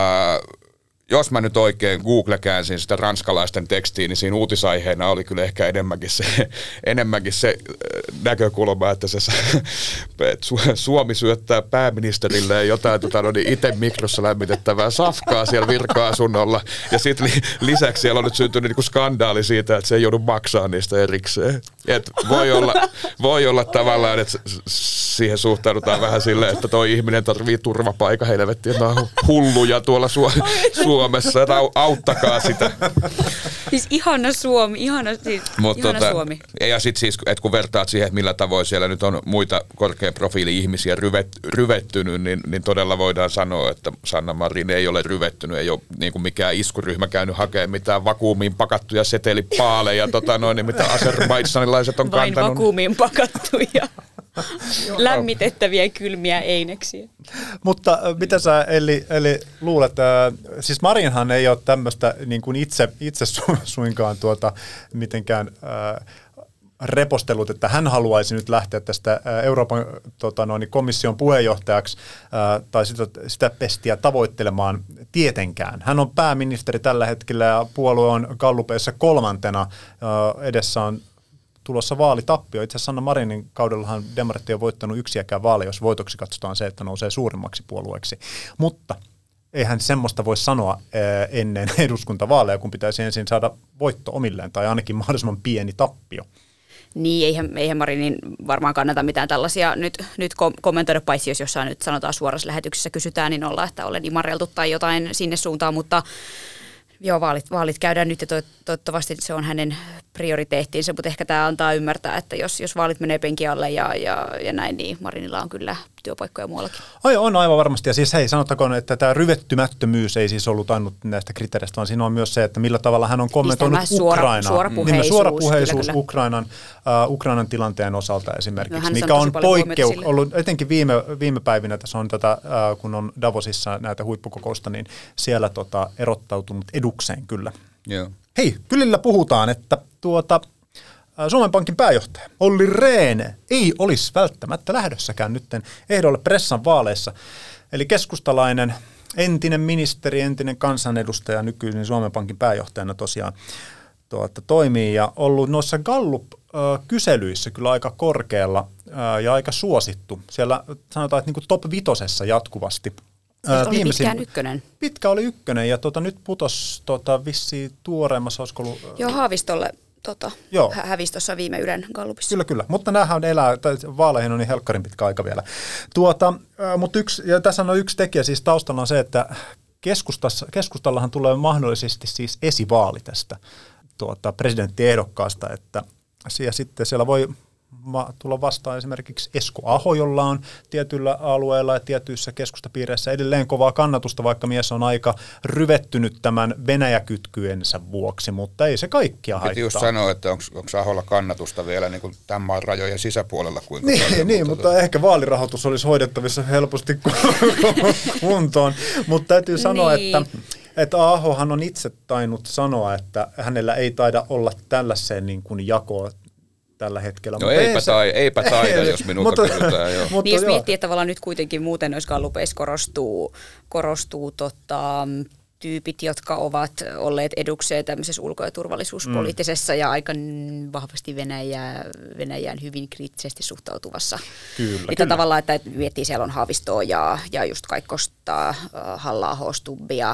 Jos mä nyt oikein Google käänsin sitä ranskalaisten tekstiä, niin siinä uutisaiheena oli kyllä ehkä enemmänkin se, enemmänkin se näkökulma, että se että Suomi syöttää pääministerille jotain tota, no niin itse mikrossa lämmitettävää safkaa siellä virka-asunnolla. Ja sitten li, lisäksi siellä on nyt syntynyt niinku skandaali siitä, että se ei joudu maksaa niistä erikseen. Et voi, olla, voi olla tavallaan, että siihen suhtaudutaan vähän silleen, että toi ihminen tarvii turvapaikan helvettiä, että on hulluja tuolla Su- Suomessa, että auttakaa sitä. Siis ihana Suomi, ihana, siis, Mut ihana tota, Suomi. Ja sitten siis, että kun vertaat siihen, että millä tavoin siellä nyt on muita korkean profiili-ihmisiä ryvet, ryvettynyt, niin, niin todella voidaan sanoa, että Sanna Marin ei ole ryvettynyt, ei ole niin kuin mikään iskuryhmä käynyt hakemaan mitään vakuumiin pakattuja setelipaaleja, tota noin, niin mitä aserbaidsanilaiset on Vain kantanut. Vain vakuumiin pakattuja. Lämmitettäviä kylmiä eineksiä. Mutta mitä sä Elli, Elli luulet, äh, siis Marinhan ei ole tämmöistä niin kuin itse, itse su, suinkaan tuota, mitenkään äh, repostellut, että hän haluaisi nyt lähteä tästä Euroopan tota, noin, komission puheenjohtajaksi äh, tai sitä, sitä pestiä tavoittelemaan tietenkään. Hän on pääministeri tällä hetkellä ja puolue on gallupeissa kolmantena, äh, edessä on tulossa vaalitappio. Itse asiassa Sanna Marinin kaudellahan demarit ei ole voittanut yksiäkään vaaleja, jos voitoksi katsotaan se, että nousee suurimmaksi puolueeksi. Mutta eihän semmoista voi sanoa ennen eduskuntavaaleja, kun pitäisi ensin saada voitto omilleen tai ainakin mahdollisimman pieni tappio. Niin, eihän, eihän Marinin varmaan kannata mitään tällaisia nyt, nyt kommentoida, paitsi jos jossain nyt sanotaan suorassa lähetyksessä kysytään, niin ollaan, että olen imarreltu tai jotain sinne suuntaan, mutta joo, vaalit, vaalit käydään nyt ja to, toivottavasti se on hänen prioriteettiinsa, mutta ehkä tämä antaa ymmärtää, että jos, jos vaalit menee penkin alle ja, ja, ja näin, niin Marinilla on kyllä työpaikkoja muuallakin. Ai, on aivan varmasti. Ja siis hei, sanottakoon, että tämä ryvettymättömyys ei siis ollut ainut näistä kriteereistä, vaan siinä on myös se, että millä tavalla hän on kommentoinut Ukrainaa. Suorapuheisuus. Niin, suorapuheisuus kyllä, kyllä. Ukrainan, uh, Ukrainan tilanteen osalta esimerkiksi, no, mikä on poikkeus ollut etenkin viime, viime päivinä. Tässä on tätä, uh, kun on Davosissa näitä huippukokousta, niin siellä tota, erottautunut edukseen kyllä. Joo. Hei, kylillä puhutaan, että tuota... Suomen Pankin pääjohtaja Olli Rehn ei olisi välttämättä lähdössäkään nytten ehdolle pressan vaaleissa. Eli keskustalainen entinen ministeri, entinen kansanedustaja, nykyinen Suomen Pankin pääjohtajana tosiaan tuota, toimii ja ollut noissa Gallup-kyselyissä kyllä aika korkealla ja aika suosittu. Siellä sanotaan, että niin kuin top vitosessa jatkuvasti. Oli viimeisin, pitkään ykkönen. Pitkä oli ykkönen ja tuota, nyt putosi tuota, vissiin tuoreemmassa, olisiko ollut... Joo, Haavistolle. Tota, hä- hävisi tuossa viime Ylen Gallupissa. Kyllä, kyllä. Mutta näähän elää, vaaleihin on niin helkkarin pitkä aika vielä. Tuota, mutta yksi, ja tässä on yksi tekijä siis taustalla on se, että keskustassa, keskustallahan tulee mahdollisesti siis esivaali tästä tuota, presidenttiehdokkaasta, että ja sitten siellä voi tulla vastaan esimerkiksi Esko Aho, jolla on tietyillä alueilla ja tietyissä keskustapiireissä edelleen kovaa kannatusta, vaikka mies on aika ryvettynyt tämän Venäjä-kytkyensä vuoksi, mutta ei se kaikkia haittaa. Piti just sanoa, että onko Aholla kannatusta vielä niin kuin tämän maan rajojen sisäpuolella? Kuinka niin, paljon, niin mutta, mutta ehkä vaalirahoitus olisi hoidettavissa helposti kuntoon, mutta täytyy sanoa, niin. että Että Ahohan on itse tainnut sanoa, että hänellä ei taida olla tällaiseen niin kuin jakoa tällä hetkellä. No eipä, se, tai, eipä taida, jos minulta kysytään. Jo. Niin jos miettii, että tavallaan nyt kuitenkin muuten noissa gallupeissa korostuu, korostuu tota, tyypit, jotka ovat olleet edukseen tämmöisessä ulko- ja turvallisuuspoliittisessa mm. ja aika vahvasti Venäjää, Venäjään hyvin kriittisesti suhtautuvassa. Kyllä, että kyllä. tavallaan, että miettii, siellä on Haavistoa ja, ja just Kaikkosta, Halla-aho, Stubbia,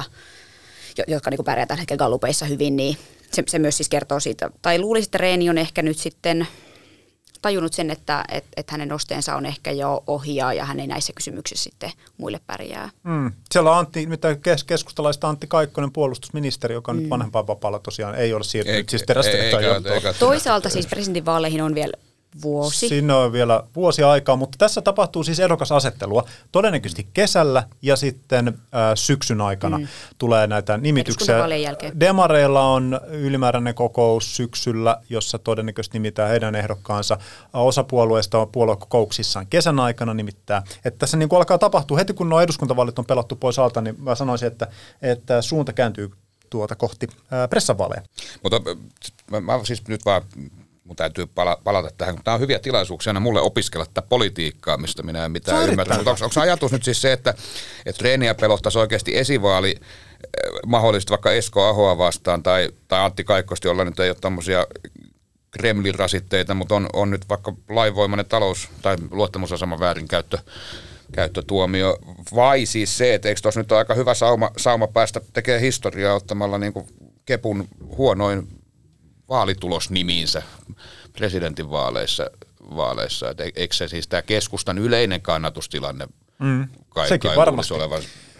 jotka niin kuin pärjää tällä hetkellä gallupeissa hyvin, niin se, se myös siis kertoo siitä. Tai luulisin, että Rehn on ehkä nyt sitten tajunnut sen, että et, et hänen nosteensa on ehkä jo ohi ja hän ei näissä kysymyksissä sitten muille pärjää. Mm. Siellä on Antti, mitä kes, keskustalaista Antti Kaikkonen, puolustusministeri, joka on mm. nyt vanhempainvapaalla tosiaan, ei ole siirtynyt siis terästehtaan johtoon. Toisaalta siis presidentinvaaleihin on vielä vuosi. Siinä on vielä vuosi aikaa, mutta tässä tapahtuu siis ehdokasasettelua todennäköisesti kesällä ja sitten äh, syksyn aikana mm. tulee näitä nimityksiä. Demareilla on ylimääräinen kokous syksyllä, jossa todennäköisesti nimittää heidän ehdokkaansa. Osa puolueista on puoluekokouksissaan kesän aikana nimittää. Että tässä niin kuin alkaa tapahtua heti, kun nuo eduskuntavaalit on pelattu pois alta, niin mä sanoisin, että, että suunta kääntyy tuota kohti äh, pressavaaleja. Mutta mä, mä siis nyt vaan... Mun täytyy pala- palata tähän, kun tämä on hyviä tilaisuuksia aina mulle opiskella tätä politiikkaa, mistä minä en mitään ymmärrä. Mutta onko, onko ajatus nyt siis se, että, että Rehniä pelottaisi oikeasti esivaali eh, mahdollisesti vaikka Esko Ahoa vastaan tai, tai Antti Kaikkosta, jolla nyt ei ole tämmöisiä Kremlin rasitteita, mutta on, on nyt vaikka lainvoimainen talous- tai luottamusaseman väärinkäyttö, käyttötuomio, vai siis se, että eikö tuossa nyt ole aika hyvä sauma, sauma päästä tekemään historiaa ottamalla niin kuin Kepun huonoin vaalitulos nimiinsä presidentinvaaleissa, vaaleissa. Et eikö se siis tämä keskustan yleinen kannatustilanne mm. kai, sekin kai varmasti. Olevan,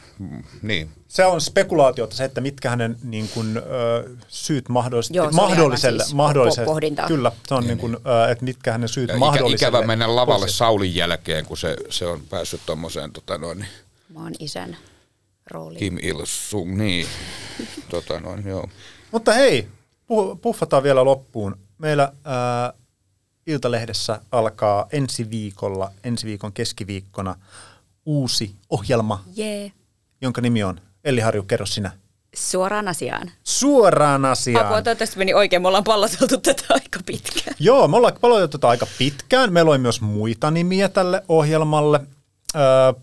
niin. Se on spekulaatiota se, että mitkä hänen niin kuin, ö, syyt mahdollisesti, Joo, mahdolliselle, siis mahdolliselle pohdintaa. Kyllä, se on niin, niin kuin, ö, että mitkä hänen syyt ja mahdolliselle. Ikävä mennä lavalle positiivisesti. Saulin jälkeen, kun se, se on päässyt tuommoiseen tota noin. Maan isän rooliin. Kim Il-sung, niin. tota noin, joo. Mutta hei, puffataan vielä loppuun. Meillä ää, Iltalehdessä alkaa ensi viikolla, ensi viikon keskiviikkona uusi ohjelma, yeah. jonka nimi on, Elli Harju, kerro sinä. Suoraan asiaan. Suoraan asiaan. Apua, toivottavasti meni oikein, me ollaan palloteltu tätä aika pitkään. Joo, me ollaan palloteltu tätä aika pitkään. Meillä oli myös muita nimiä tälle ohjelmalle. Öö,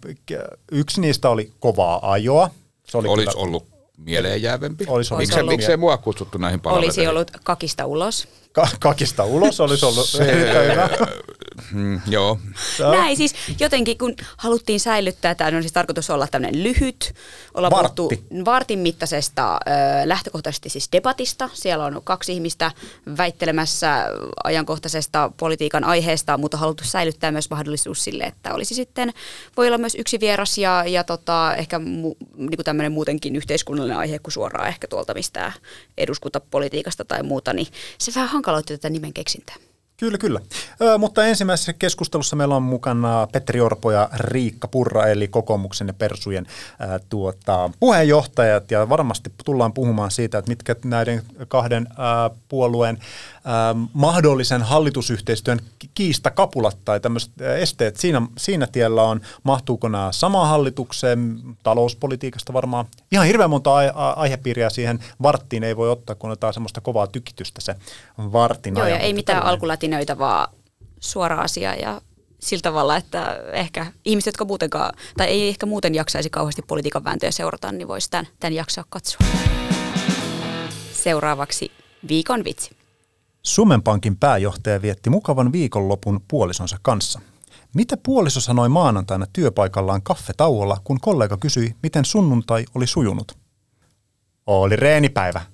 yksi niistä oli Kovaa ajoa. Se oli Olisi kyllä ollut mieleenjäävempi. Olisi Miksei, ollut. miksei mua kutsuttu näihin palveluihin? Olisi ollut Kakista ulos. Ka- kakista ulos olisi ollut erittäin hyvä. Mm, joo. Näin siis jotenkin, kun haluttiin säilyttää, tämä on siis tarkoitus olla tämmöinen lyhyt, olla Vartti. puhuttu vartin mittaisesta ö, lähtökohtaisesti siis debatista. Siellä on kaksi ihmistä väittelemässä ajankohtaisesta politiikan aiheesta, mutta haluttu säilyttää myös mahdollisuus sille, että olisi sitten, voi olla myös yksi vieras ja, ja tota, ehkä mu, niin kuin tämmöinen muutenkin yhteiskunnallinen aihe kuin suoraan ehkä tuolta mistään eduskuntapolitiikasta tai muuta, niin se vähän hankaloitti tätä nimen keksintää. Kyllä, kyllä. Ö, mutta ensimmäisessä keskustelussa meillä on mukana Petteri Orpo ja Riikka Purra, eli kokoomuksen ja Persujen ä, tuota, puheenjohtajat, ja varmasti tullaan puhumaan siitä, että mitkä näiden kahden ä, puolueen ä, mahdollisen hallitusyhteistyön kiistakapulat tai tämmöiset esteet siinä, siinä tiellä on. Mahtuuko nämä samaan hallitukseen, talouspolitiikasta varmaan. Ihan hirveän monta ai- a- aihepiiriä siihen varttiin ei voi ottaa, kun otetaan semmoista kovaa tykitystä se vartin Joo, ajan. ja ei mitään alkulätinöitä, vaan suora asia ja sillä tavalla, että ehkä ihmiset, jotka muutenkaan, tai ei ehkä muuten jaksaisi kauheasti politiikan vääntöjä seurata, niin voisi tämän, tämän jaksaa katsoa. Seuraavaksi viikon vitsi. Suomen Pankin pääjohtaja vietti mukavan viikonlopun puolisonsa kanssa. Mitä puoliso sanoi maanantaina työpaikallaan kaffetauolla, kun kollega kysyi, miten sunnuntai oli sujunut? Oli reenipäivä.